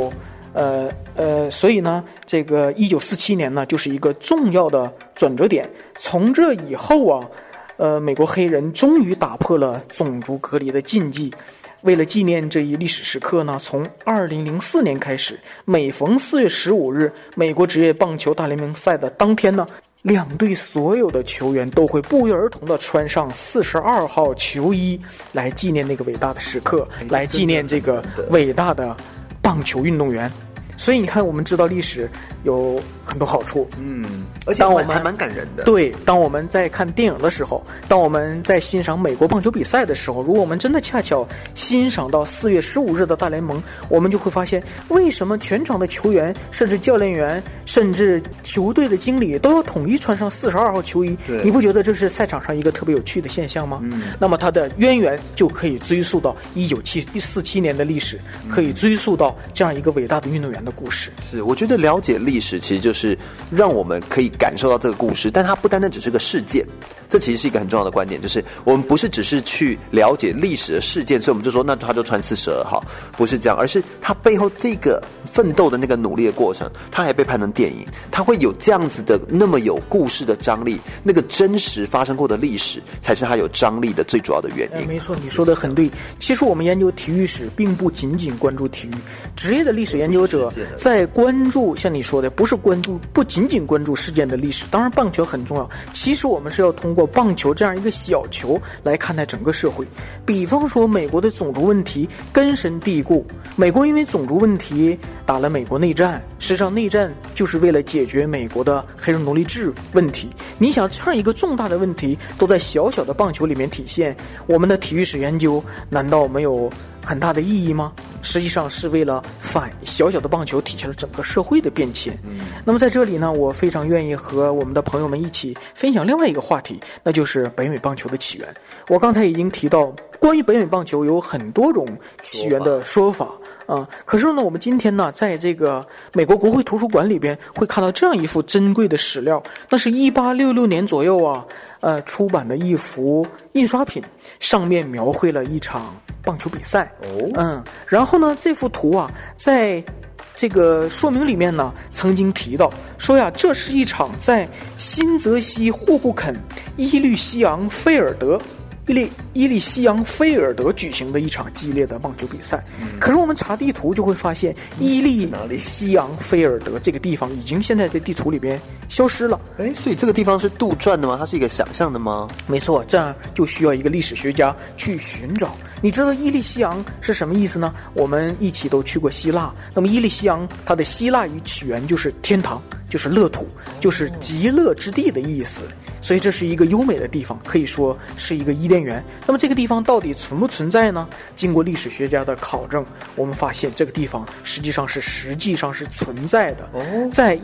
这个1947年呢就是一个重要的转折点。从这以后美国黑人终于打破了种族隔离的禁忌。为了纪念这一历史时刻呢，从2004年开始，每逢4月15日，美国职业棒球大联盟赛的当天呢，两队所有的球员都会不约而同地穿上42号球衣，来纪念那个伟大的时刻，来纪念这个伟大的棒球运动员。所以你看，我们知道历史有很多好处， 而且还蛮感人的。 对，当我们在看电影的时候，当我们在欣赏美国棒球比赛的时候，如果我们真的恰巧欣赏到4月15日的大联盟，我们就会发现，为什么全场的球员，甚至教练员，甚至球队的经理都要统一穿上42号球衣？你不觉得这是赛场上一个特别有趣的现象吗？那么它的渊源就可以追溯到1947年的历史，可以追溯到这样一个伟大的运动员的故事。 是，我觉得了解历史其实就是让我们可以感受到这个故事，但它不单单只是个事件。这其实是一个很重要的观点，就是我们不是只是去了解历史的事件，所以我们就说那他就穿42号，不是这样，而是他背后这个奋斗的那个努力的过程，他还被拍成电影，他会有这样子的那么有故事的张力，那个真实发生过的历史才是他有张力的最主要的原因。 没错，你说的很对。其实我们研究体育史并不仅仅关注体育，职业的历史研究者在关注，像你说的，不仅仅关注事件的历史，当然棒球很重要，其实我们是要通通过棒球这样一个小球来看待整个社会。比方说美国的种族问题根深蒂固，美国因为种族问题打了美国内战，实际上内战就是为了解决美国的黑人奴隶制问题。你想这样一个重大的问题都在小小的棒球里面体现，我们的体育史研究难道没有很大的意义吗？实际上是为了小小的棒球体现了整个社会的变迁。那么在这里呢，我非常愿意和我们的朋友们一起分享另外一个话题，那就是北美棒球的起源。我刚才已经提到，关于北美棒球有很多种起源的说法可是呢，我们今天呢，在这个美国国会图书馆里边会看到这样一幅珍贵的史料，那是1866年左右出版的一幅印刷品，上面描绘了一场棒球比赛。然后呢，这幅图在这个说明里面呢，曾经提到说呀，这是一场在新泽西霍布肯伊利西昂菲尔德举行的一场激烈的棒球比赛。可是我们查地图就会发现，伊利西昂菲尔德这个地方已经现在在地图里边消失了。 所以这个地方是杜撰的吗？它是一个想象的吗？ 没错，这样就需要一个历史学家去寻找。你知道伊利西昂是什么意思呢？我们一起都去过希腊，那么伊利西昂它的希腊语起源就是天堂，就是乐土，就是极乐之地的意思。所以这是一个优美的地方，可以说是一个伊甸园。那么这个地方到底存不存在呢？经过历史学家的考证，我们发现这个地方实际上是存在的。在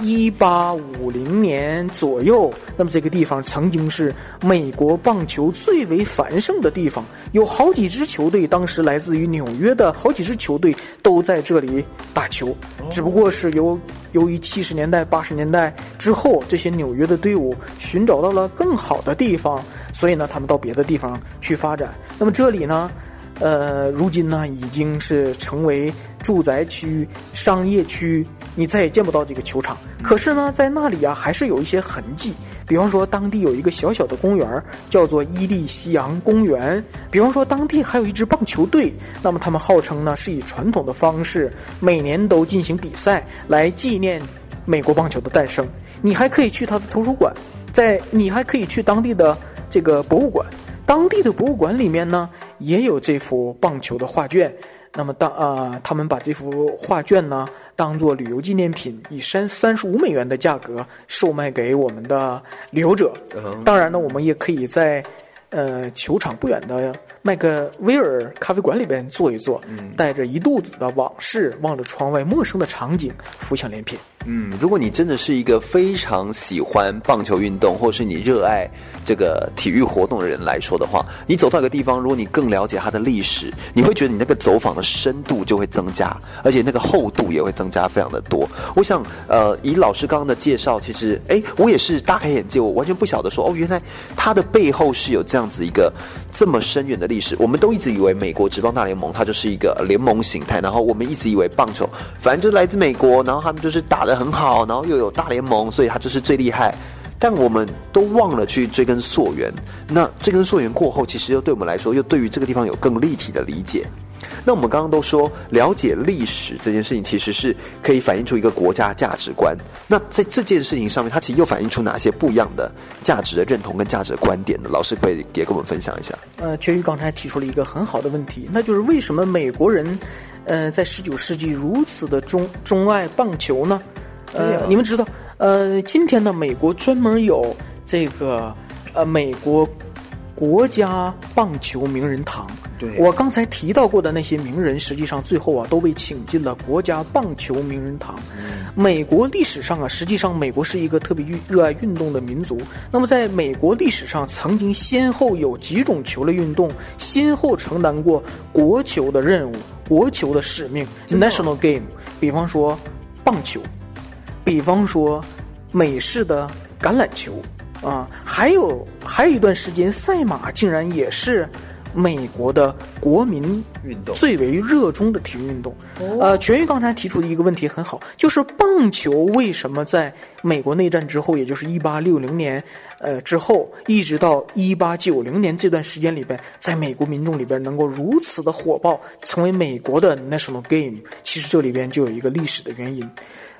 1850年左右，那么这个地方曾经是美国棒球最为繁盛的地方，有好几支球队，当时来自于纽约的好几支球队都在这里打球。只不过是由于70年代80年代之后，这些纽约的队伍寻找到了更好的地方，所以呢他们到别的地方去发展。那么这里呢如今呢已经是成为住宅区、商业区，你再也见不到这个球场。可是呢在那里还是有一些痕迹，比方说当地有一个小小的公园叫做伊利西昂公园，比方说当地还有一支棒球队，那么他们号称呢是以传统的方式每年都进行比赛来纪念美国棒球的诞生。你还可以去他的图书馆，你还可以去当地的这个博物馆，当地的博物馆里面呢也有这幅棒球的画卷。那么他们把这幅画卷呢当作旅游纪念品，以$35的价格售卖给我们的旅游者。当然呢，我们也可以在球场不远的麦克威尔咖啡馆里边坐一坐，带着一肚子的往事，望着窗外陌生的场景，浮想联翩。 如果你真的是一个非常喜欢棒球运动，或是你热爱这个体育活动的人来说的话，你走到一个地方，如果你更了解它的历史，你会觉得你那个走访的深度就会增加，而且那个厚度也会增加非常的多。我想以老师刚刚的介绍，其实我也是大开眼界，我完全不晓得说原来它的背后是有这样子一个这么深远的历史。我们都一直以为美国职棒大联盟它就是一个联盟形态，然后我们一直以为棒球反正就是来自美国，然后他们就是打得很好，然后又有大联盟，所以它就是最厉害。但我们都忘了去追根溯源，那追根溯源过后，其实又对我们来说，又对于这个地方有更立体的理解。那我们刚刚都说，了解历史这件事情其实是可以反映出一个国家价值观。那在这件事情上面，它其实又反映出哪些不一样的价值的认同跟价值的观点呢？老师可以也跟我们分享一下。 全宇刚才提出了一个很好的问题，那就是为什么美国人在19世纪如此的钟爱棒球呢？你们知道今天呢美国专门有这个美国国家棒球名人堂。对，我刚才提到过的那些名人，实际上最后都被请进了国家棒球名人堂。美国历史上实际上美国是一个特别热爱运动的民族。那么在美国历史上，曾经先后有几种球类运动先后承担过国球的任务、国球的使命 ，national game。比方说棒球，比方说美式的橄榄球还有一段时间，赛马竟然也是美国的国民运动最为热衷的体育运动。全宇刚才提出的一个问题很好，就是棒球为什么在美国内战之后，也就是1860年之后，一直到1890年这段时间里边，在美国民众里边能够如此的火爆，成为美国的 national game。其实这里边就有一个历史的原因。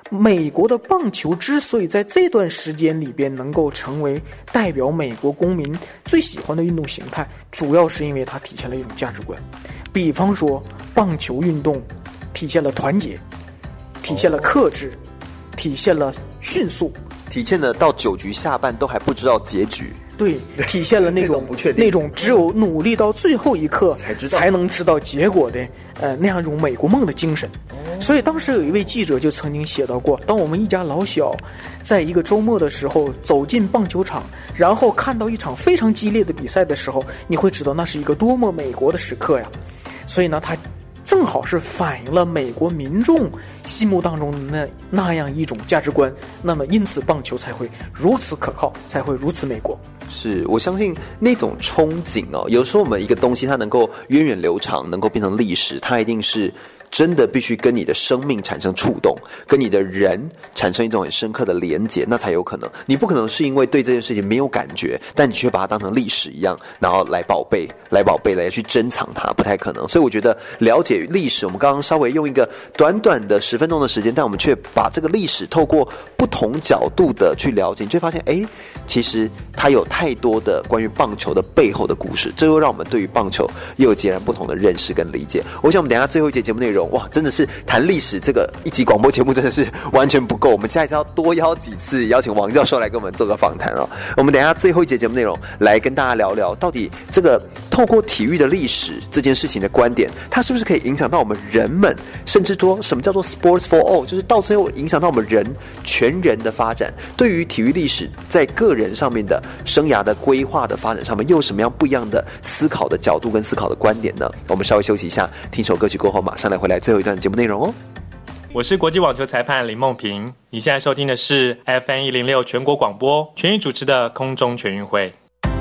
美国的棒球之所以在这段时间里边能够成为代表美国公民最喜欢的运动形态，主要是因为它体现了一种价值观。比方说，棒球运动体现了团结，体现了克制，体现了迅速， 体现了到9局下半都还不知道结局。 对，体现了那种不确定， 那种只有努力到最后一刻才能知道结果的那样一种美国梦的精神。所以当时有一位记者就曾经写到过，当我们一家老小在一个周末的时候走进棒球场，然后看到一场非常激烈的比赛的时候，你会知道那是一个多么美国的时刻呀。所以呢，它正好是反映了美国民众心目当中的那样一种价值观，那么因此棒球才会如此可靠，才会如此美国。 是，我相信那种憧憬哦，有时候我们一个东西它能够源远流长，能够变成历史，它一定是真的必须跟你的生命产生触动，跟你的人产生一种很深刻的连结，那才有可能。你不可能是因为对这件事情没有感觉，但你却把它当成历史一样，然后来宝贝来去珍藏它，不太可能。所以我觉得了解历史，我们刚刚稍微用一个短短的10分钟的时间，但我们却把这个历史透过不同角度的去了解，你就会发现，其实它有太多的关于棒球的背后的故事，这又让我们对于棒球又有截然不同的认识跟理解。我想我们等一下最后一节节目内容，哇，真的是谈历史这个一集广播节目真的是完全不够，我们下一次要多邀几次，邀请王教授来跟我们做个访谈哦。我们等一下最后一节节目内容来跟大家聊聊，到底这个透过体育的历史这件事情的观点，它是不是可以影响到我们人们，甚至说什么叫做 sports for all， 就是到最后影响到我们全人的发展。对于体育历史在个人上面的生涯的规划的发展上面，又有什么样不一样的思考的角度跟思考的观点呢？我们稍微休息一下，听首歌曲过后马上来回来最后一段节目内容哦。 我是国际网球裁判林梦平，你现在收听的是 FN106 全国广播全域主持的空中全运会。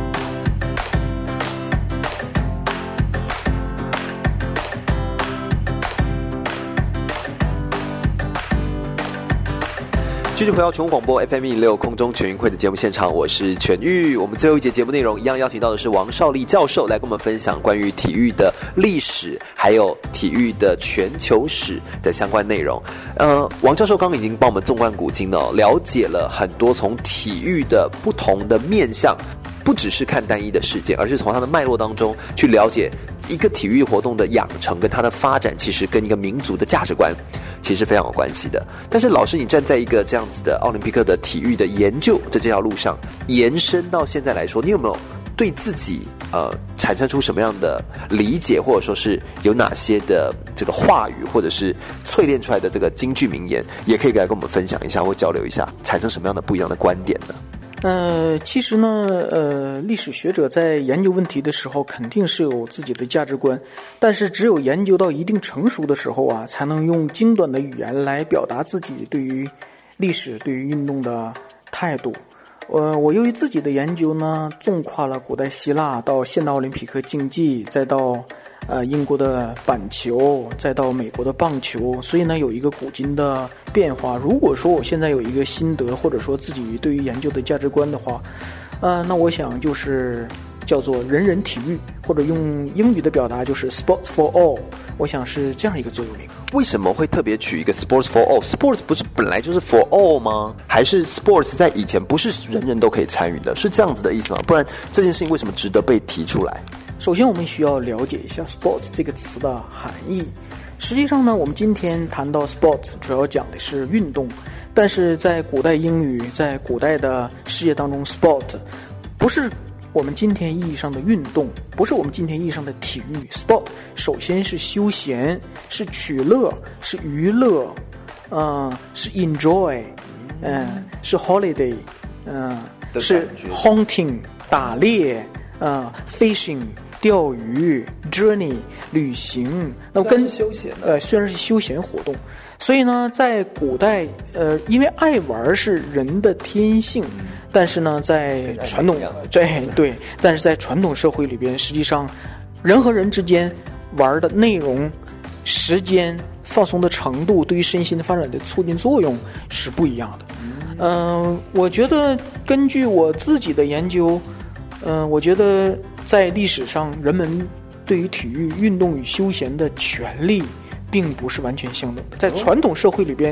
继续回到全国广播 FM106 空中全运会的节目现场，我是全玉。我们最后一节节目内容一样邀请到的是王绍立教授来跟我们分享关于体育的历史，还有体育的全球史的相关内容。王教授刚刚已经帮我们纵观古今了，了解了很多从体育的不同的面向，不只是看单一的事件，而是从它的脉络当中去了解一个体育活动的养成跟它的发展，其实跟一个民族的价值观其实非常有关系的。但是老师，你站在一个这样子的奥林匹克的体育的研究这条路上，延伸到现在来说，你有没有对自己产生出什么样的理解，或者说是有哪些的这个话语，或者是淬炼出来的这个金句名言，也可以来跟我们分享一下或交流一下，产生什么样的不一样的观点呢？ 其实呢，历史学者在研究问题的时候，肯定是有自己的价值观，但是只有研究到一定成熟的时候啊，才能用精短的语言来表达自己对于历史、对于运动的态度。我由于自己的研究呢，纵跨了古代希腊到现代奥林匹克竞技，再到英国的板球，再到美国的棒球，所以呢有一个古今的变化。如果说我现在有一个心得，或者说自己对于研究的价值观的话，那我想就是叫做人人体育，或者用英语的表达就是 sports for all， 我想是这样一个座右铭。 为什么会特别取一个 sports for all？ sports 不是本来就是 for all 吗？还是 sports 在以前不是人人都可以参与的？是这样子的意思吗？不然这件事情为什么值得被提出来？ 首先我们需要了解一下 sports 这个词的含义。实际上呢，我们今天谈到 sports 主要讲的是运动，但是在古代英语，在古代的世界当中， sport 不是我们今天意义上的运动，不是我们今天意义上的体育。 sport 首先是休闲，是取乐，是娱乐，是 enjoy， 是 holiday， 是 hunting 打猎，fishing 钓鱼， journey 旅行，那跟休闲虽然是休闲活动，所以呢，在古代，因为爱玩是人的天性，但是呢，在传统对，但是在传统社会里边，实际上人和人之间玩的内容、时间、放松的程度，对于身心的发展的促进作用是不一样的。我觉得根据我自己的研究，我觉得在历史上，人们对于体育运动与休闲的权利并不是完全相等的。在传统社会里边，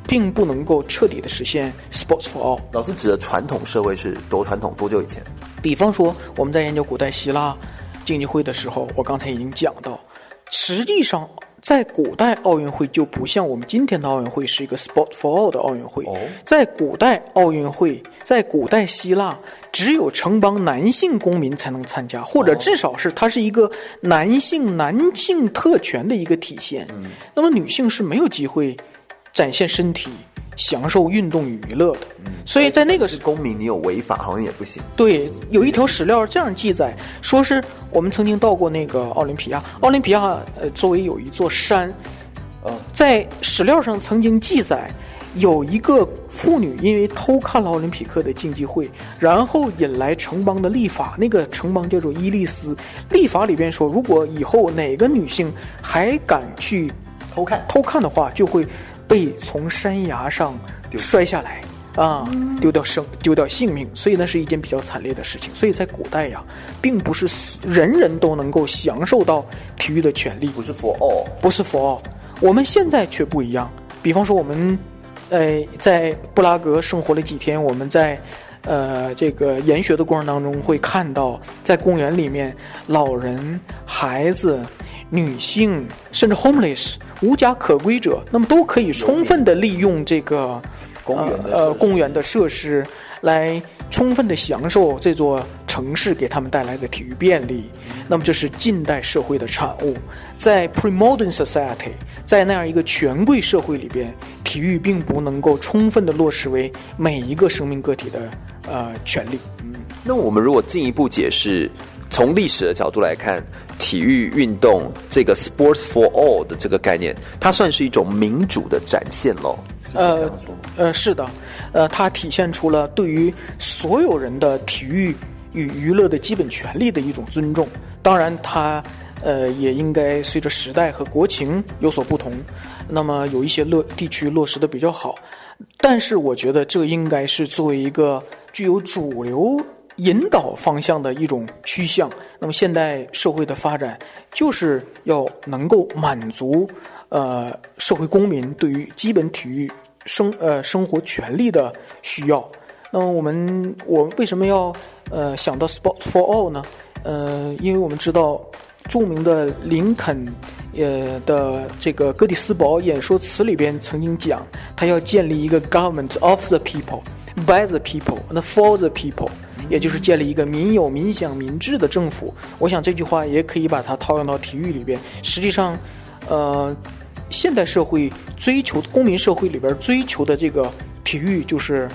并不能够彻底的实现 sports for all。 老师指的传统社会是多传统，多久以前？ 比方说我们在研究古代希腊竞技会的时候，我刚才已经讲到，实际上在古代奥运会就不像我们今天的奥运会是一个 sport for all 的奥运会。在古代奥运会，在古代希腊，只有城邦男性公民才能参加，或者至少是它是一个男性特权的一个体现。那么女性是没有机会展现身体、享受运动与娱乐的。所以在那个是公民，你有违法好像也不行。 对，有一条史料这样记载，说是我们曾经到过那个奥林匹亚，奥林匹亚周围有一座山，在史料上曾经记载，有一个妇女因为偷看了奥林匹克的竞技会，然后引来城邦的立法，那个城邦叫做伊利斯，立法里边说，如果以后哪个女性还敢去偷看的话，就会被从山崖上摔下来啊，丢掉性命。所以那是一件比较惨烈的事情。所以在古代呀，并不是人人都能够享受到体育的权利， 不是 for all， 不是 for all。我们现在却不一样。比方说我们在布拉格生活了几天，我们在这个研学的过程当中会看到，在公园里面，老人、孩子、女性，甚至 homeless 无家可归者，那么都可以充分的利用这个公园的设施，来充分的享受这座城市给他们带来的体育便利。那么这是近代社会的产物。在 pre-modern society， 在那样一个权贵社会里边，体育并不能够充分的落实为每一个生命个体的权利。 那我们如果进一步解释，从历史的角度来看，体育运动这个 sports for all 的这个概念，它算是一种民主的展现咯。 是的，它体现出了对于所有人的体育与娱乐的基本权利的一种尊重。当然它也应该随着时代和国情有所不同，那么有一些地区落实的比较好，但是我觉得这应该是作为一个具有主流引导方向的一种趋向。那么现代社会的发展就是要能够满足社会公民对于基本体育生活权利的需要。那么我为什么要想到 Sport for All 呢？因为我们知道著名的林肯的这个哥蒂斯堡演说词里边曾经讲，他要建立一个 government of the people, by the people, and for the people， 也就是建立一个民有、民享、民治的政府。我想这句话也可以把它套用到体育里边。实际上，现代社会追求公民社会里边追求的这个体育就是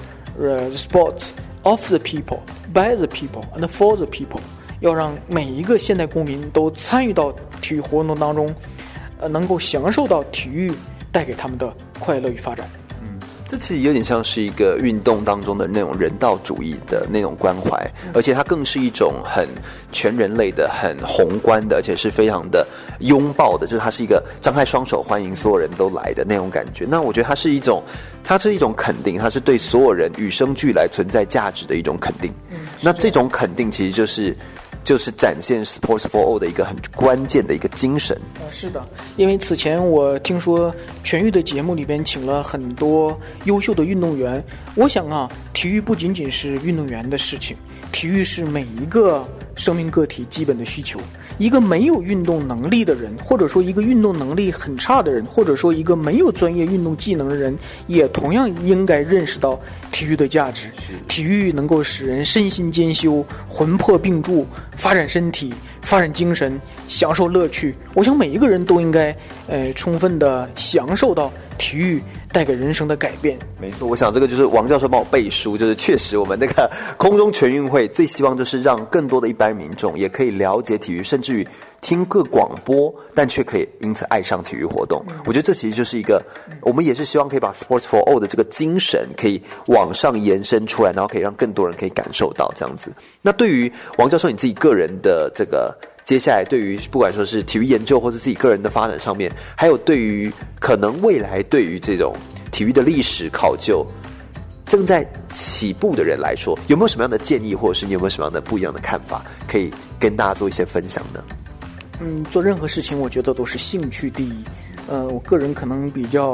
sports of the people, by the people, and for the people。要让每一个现代公民都参与到体育活动当中，能够享受到体育带给他们的快乐与发展。 这其实有点像是一个运动当中的那种人道主义的那种关怀，而且它更是一种很全人类的、很宏观的，而且是非常的拥抱的，就是它是一个张开双手欢迎所有人都来的那种感觉。那我觉得它是一种肯定，它是对所有人与生俱来存在价值的一种肯定。那这种肯定其实就是展现 Sports for All 的一个很关键的一个精神。 是的，因为此前我听说全域的节目里边请了很多优秀的运动员，我想啊，体育不仅仅是运动员的事情，体育是每一个生命个体基本的需求。一个没有运动能力的人，或者说一个运动能力很差的人，或者说一个没有专业运动技能的人，也同样应该认识到体育的价值。体育能够使人身心兼修，魂魄并驻，发展身体，发展精神，享受乐趣。我想每一个人都应该充分的享受到体育带给人生的改变。 没错，我想这个就是王教授帮我背书，就是确实我们那个空中全运会最希望就是让更多的一般民众也可以了解体育，甚至于听个广播，但却可以因此爱上体育活动。我觉得这其实就是一个，我们也是希望可以把 Sports for All 的这个精神可以往上延伸出来，然后可以让更多人可以感受到这样子。那对于王教授你自己个人的这个接下来对于不管说是体育研究或是自己个人的发展上面，还有对于可能未来对于这种体育的历史考究正在起步的人来说，有没有什么样的建议，或者是你有没有什么样的不一样的看法可以跟大家做一些分享呢？ 做任何事情我觉得都是兴趣第一。我个人可能比较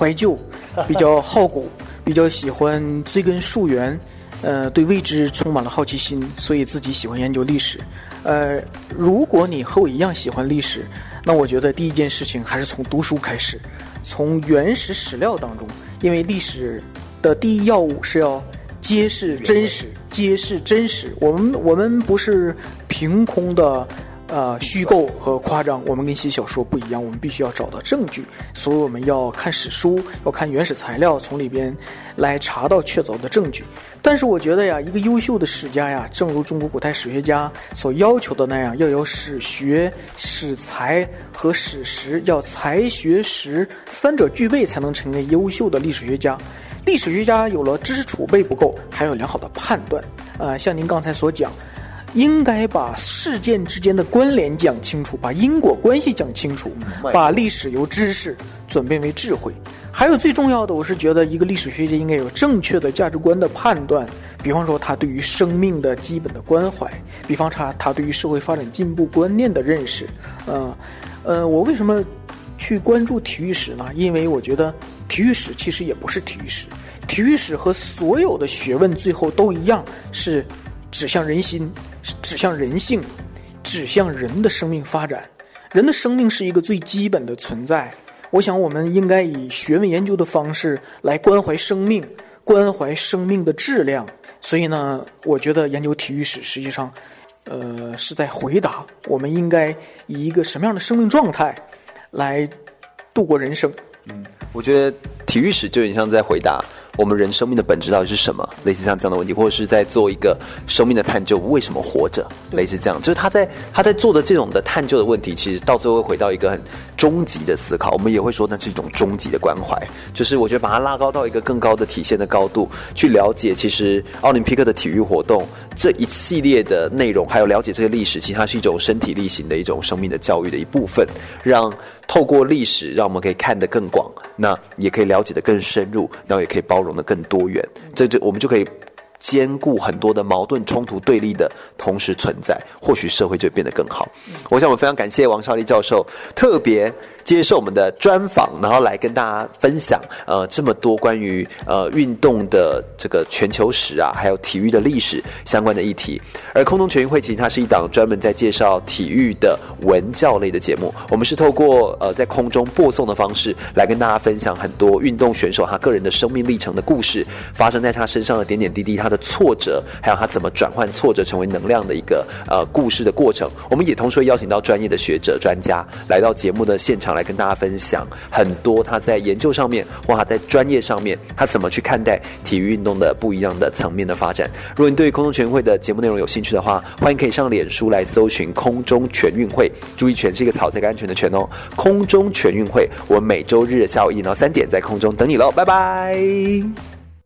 怀旧，比较好古，比较喜欢追根溯源，对未知充满了好奇心，所以自己喜欢研究历史。如果你和我一样喜欢历史，那我觉得第一件事情还是从读书开始，从原始史料当中，因为历史的第一要务是要揭示真实，揭示真实。我们不是凭空的虚构和夸张，我们跟写小说不一样，我们必须要找到证据，所以我们要看史书，要看原始材料，从里边来查到确凿的证据。但是我觉得呀，一个优秀的史家呀，正如中国古代史学家所要求的那样，要有史学、史才和史实，要才学实三者具备，才能成为优秀的历史学家。历史学家有了知识储备不够，还有良好的判断。像您刚才所讲，应该把事件之间的关联讲清楚，把因果关系讲清楚，把历史由知识转变为智慧。还有最重要的，我是觉得一个历史学家应该有正确的价值观的判断，比方说他对于生命的基本的关怀，比方他对于社会发展进步观念的认识。我为什么去关注体育史呢？因为我觉得体育史其实也不是体育史，体育史和所有的学问最后都一样，是指向人心，指向人性，指向人的生命发展。人的生命是一个最基本的存在，我想我们应该以学问研究的方式来关怀生命，关怀生命的质量。所以呢，我觉得研究体育史实际上是在回答我们应该以一个什么样的生命状态来度过人生。 我觉得体育史就有点像在回答我们人生命的本质到底是什么，类似像这样的问题，或者是在做一个生命的探究，为什么活着，类似这样。就是他在做的这种的探究的问题，其实到最后会回到一个很终极的思考，我们也会说那是一种终极的关怀，就是我觉得把它拉高到一个更高的体现的高度，去了解其实奥林匹克的体育活动这一系列的内容，还有了解这个历史，其实它是一种身体力行的一种生命的教育的一部分，让透过历史让我们可以看得更广，那也可以了解得更深入，然后也可以包容得更多元，我们就可以兼顾很多的矛盾冲突对立的同时存在，或许社会就会变得更好。我想我们非常感谢王绍立教授特别接受我们的专访，然后来跟大家分享这么多关于运动的这个全球史啊，还有体育的历史相关的议题。而空中全运会其实它是一档专门在介绍体育的文教类的节目，我们是透过在空中播送的方式来跟大家分享很多运动选手他个人的生命历程的故事，发生在他身上的点点滴滴，他的挫折，还有他怎么转换挫折成为能量的一个故事的过程。我们也同时会邀请到专业的学者专家来到节目的现场，来跟大家分享很多他在研究上面或他在专业上面他怎么去看待体育运动的不一样的层面的发展。如果你对空中全运会的节目内容有兴趣的话，欢迎可以上脸书来搜寻空中全运会，注意全是一个草菜跟安全的全哦，空中全运会。我们每周日的下午1点到3点在空中等你咯，拜拜。